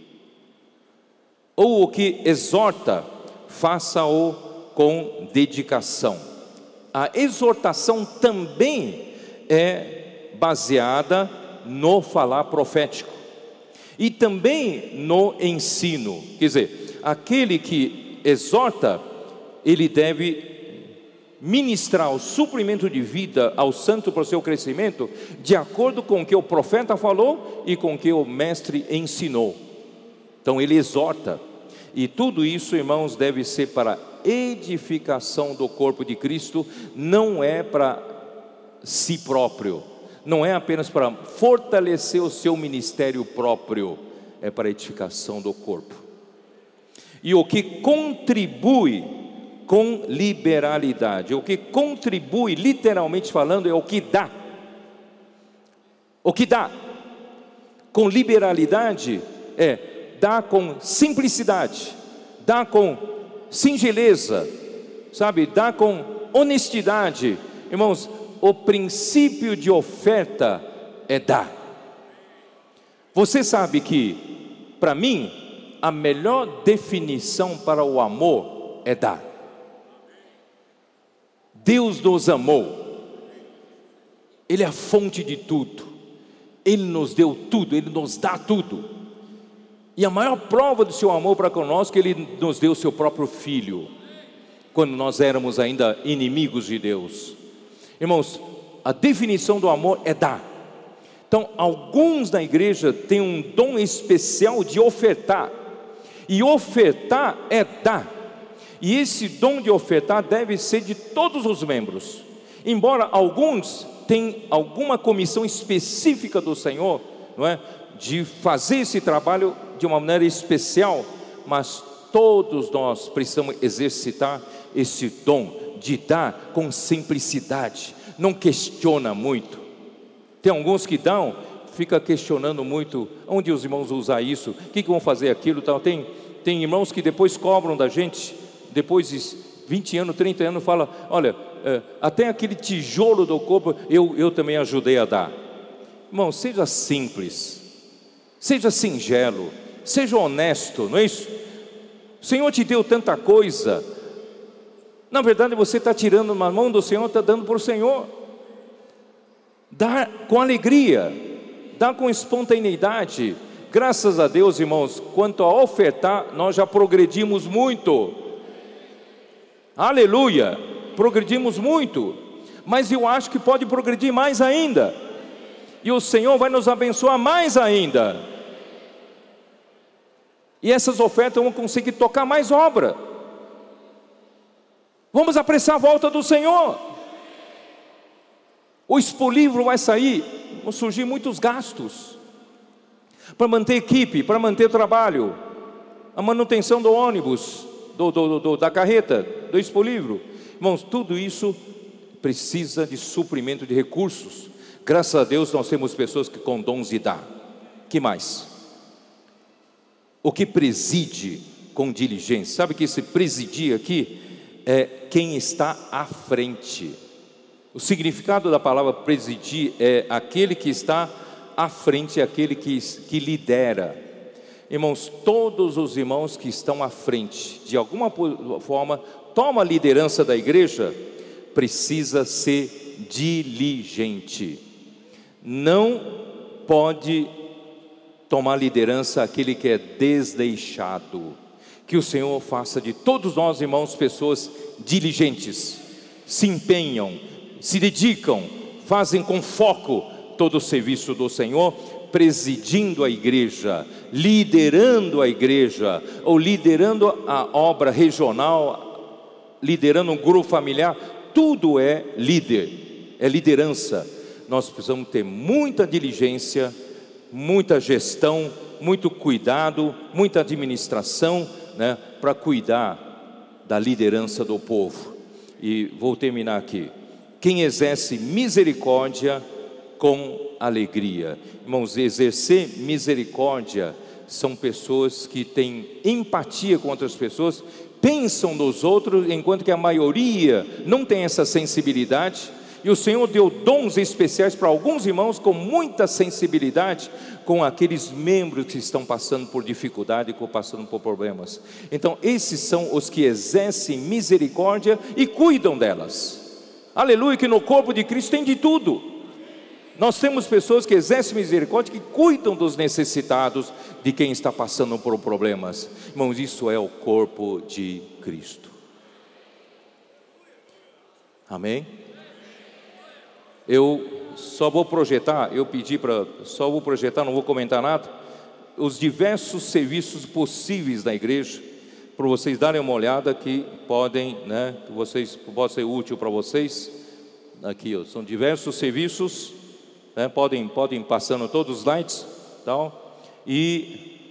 ou o que exorta, faça-o com dedicação. A exortação também é baseada no falar profético e também no ensino. Quer dizer, aquele que exorta, ele deve ministrar o suprimento de vida ao santo para o seu crescimento, de acordo com o que o profeta falou e com o que o mestre ensinou. Então ele exorta, e tudo isso, irmãos, deve ser para edificação do corpo de Cristo, não é para si próprio, não é apenas para fortalecer o seu ministério próprio, é para a edificação do corpo. E o que contribui com liberalidade, o que contribui, literalmente falando, é o que dá. O que dá com liberalidade é dá com simplicidade, dá com singeleza, sabe, dá com honestidade. Irmãos, o princípio de oferta é dar. Você sabe que, para mim, a melhor definição para o amor é dar. Deus nos amou, Ele é a fonte de tudo, Ele nos deu tudo, Ele nos dá tudo. E a maior prova do seu amor para conosco, Ele nos deu o seu próprio Filho, quando nós éramos ainda inimigos de Deus. Irmãos, a definição do amor é dar. Então, alguns na igreja têm um dom especial de ofertar, e ofertar é dar, e esse dom de ofertar deve ser de todos os membros, embora alguns tenham alguma comissão específica do Senhor, não é? De fazer esse trabalho de uma maneira especial, mas todos nós precisamos exercitar esse dom de dar com simplicidade, não questiona muito. Tem alguns que dão, fica questionando muito, onde os irmãos vão usar isso, o que vão fazer aquilo, tal. Tem irmãos que depois cobram da gente, depois de 20 anos, 30 anos, fala, olha, até aquele tijolo do corpo, eu também ajudei a dar. Irmão, seja simples, seja singelo, seja honesto, não é isso? O Senhor te deu tanta coisa, na verdade você está tirando na mão do Senhor, está dando para o Senhor. Dar com alegria, dar com espontaneidade. Graças a Deus, irmãos, quanto a ofertar, nós já progredimos muito. Aleluia, progredimos muito, mas eu acho que pode progredir mais ainda, e o Senhor vai nos abençoar mais ainda, e essas ofertas vão conseguir tocar mais obra. Vamos apressar a volta do Senhor. O expolível vai sair, vão surgir muitos gastos para manter equipe, para manter trabalho, a manutenção do ônibus, da carreta, do expolível. Irmãos, tudo isso precisa de suprimento de recursos. Graças a Deus nós temos pessoas que com dons de dar. Que mais? O que preside com diligência. Sabe que esse presidir aqui é quem está à frente. O significado da palavra presidir é aquele que está à frente, aquele que lidera. Irmãos, todos os irmãos que estão à frente, de alguma forma, toma a liderança da igreja, precisa ser diligente. Não pode tomar liderança aquele que é desleixado. Que o Senhor faça de todos nós, irmãos, pessoas diligentes, se empenham, se dedicam, fazem com foco todo o serviço do Senhor, presidindo a igreja, liderando a igreja, ou liderando a obra regional, liderando um grupo familiar. Tudo é líder, é liderança. Nós precisamos ter muita diligência, muita gestão, muito cuidado, muita administração, né, para cuidar da liderança do povo. E vou terminar aqui. Quem exerce misericórdia com alegria. Irmãos, exercer misericórdia são pessoas que têm empatia com outras pessoas, pensam nos outros, enquanto que a maioria não tem essa sensibilidade. E o Senhor deu dons especiais para alguns irmãos com muita sensibilidade com aqueles membros que estão passando por dificuldade, passando por problemas. Então esses são os que exercem misericórdia e cuidam delas. Aleluia, que no corpo de Cristo tem de tudo. Nós temos pessoas que exercem misericórdia, que cuidam dos necessitados, de quem está passando por problemas. Irmãos, isso é o corpo de Cristo. Amém? Eu só vou projetar, não vou comentar nada, os diversos serviços possíveis da igreja, para vocês darem uma olhada, que podem, né, que pode ser útil para vocês. Aqui, ó, são diversos serviços, né, podem passando todos os slides, tal, e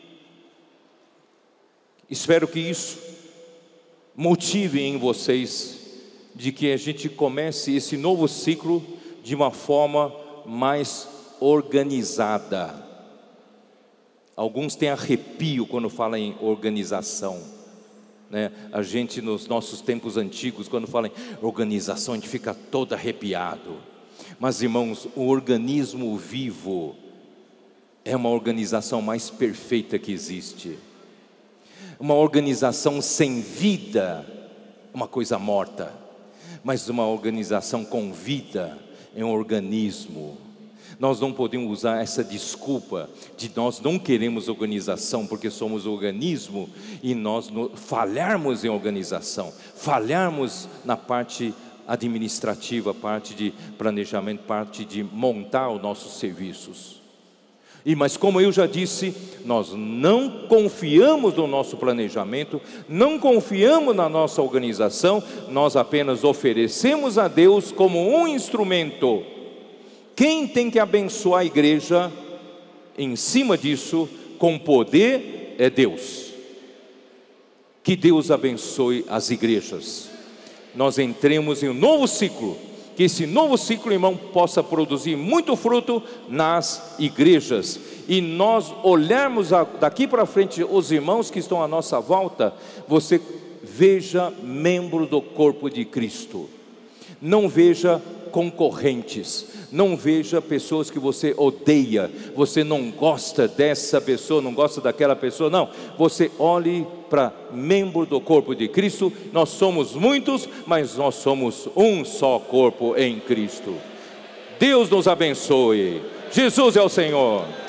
espero que isso motive em vocês, de que a gente comece esse novo ciclo de uma forma mais organizada. Alguns têm arrepio quando falam em organização, né? A gente, nos nossos tempos antigos, quando fala em organização, a gente fica todo arrepiado. Mas, irmãos, o organismo vivo é uma organização mais perfeita que existe. Uma organização sem vida é uma coisa morta, mas uma organização com vida é um organismo. Nós não podemos usar essa desculpa de nós não queremos organização porque somos organismo, e nós falharmos em organização, falharmos na parte administrativa, parte de planejamento, parte de montar os nossos serviços. Mas como eu já disse, nós não confiamos no nosso planejamento, não confiamos na nossa organização, nós apenas oferecemos a Deus como um instrumento. Quem tem que abençoar a igreja em cima disso, com poder, é Deus. Que Deus abençoe as igrejas. Nós entremos em um novo ciclo, que esse novo ciclo, irmão, possa produzir muito fruto nas igrejas, e nós olharmos daqui para frente os irmãos que estão à nossa volta, você veja membro do corpo de Cristo, não veja concorrentes, não veja pessoas que você odeia, você não gosta dessa pessoa, não gosta daquela pessoa, não, você olhe para membro do corpo de Cristo. Nós somos muitos, mas nós somos um só corpo em Cristo. Deus nos abençoe. Jesus é o Senhor.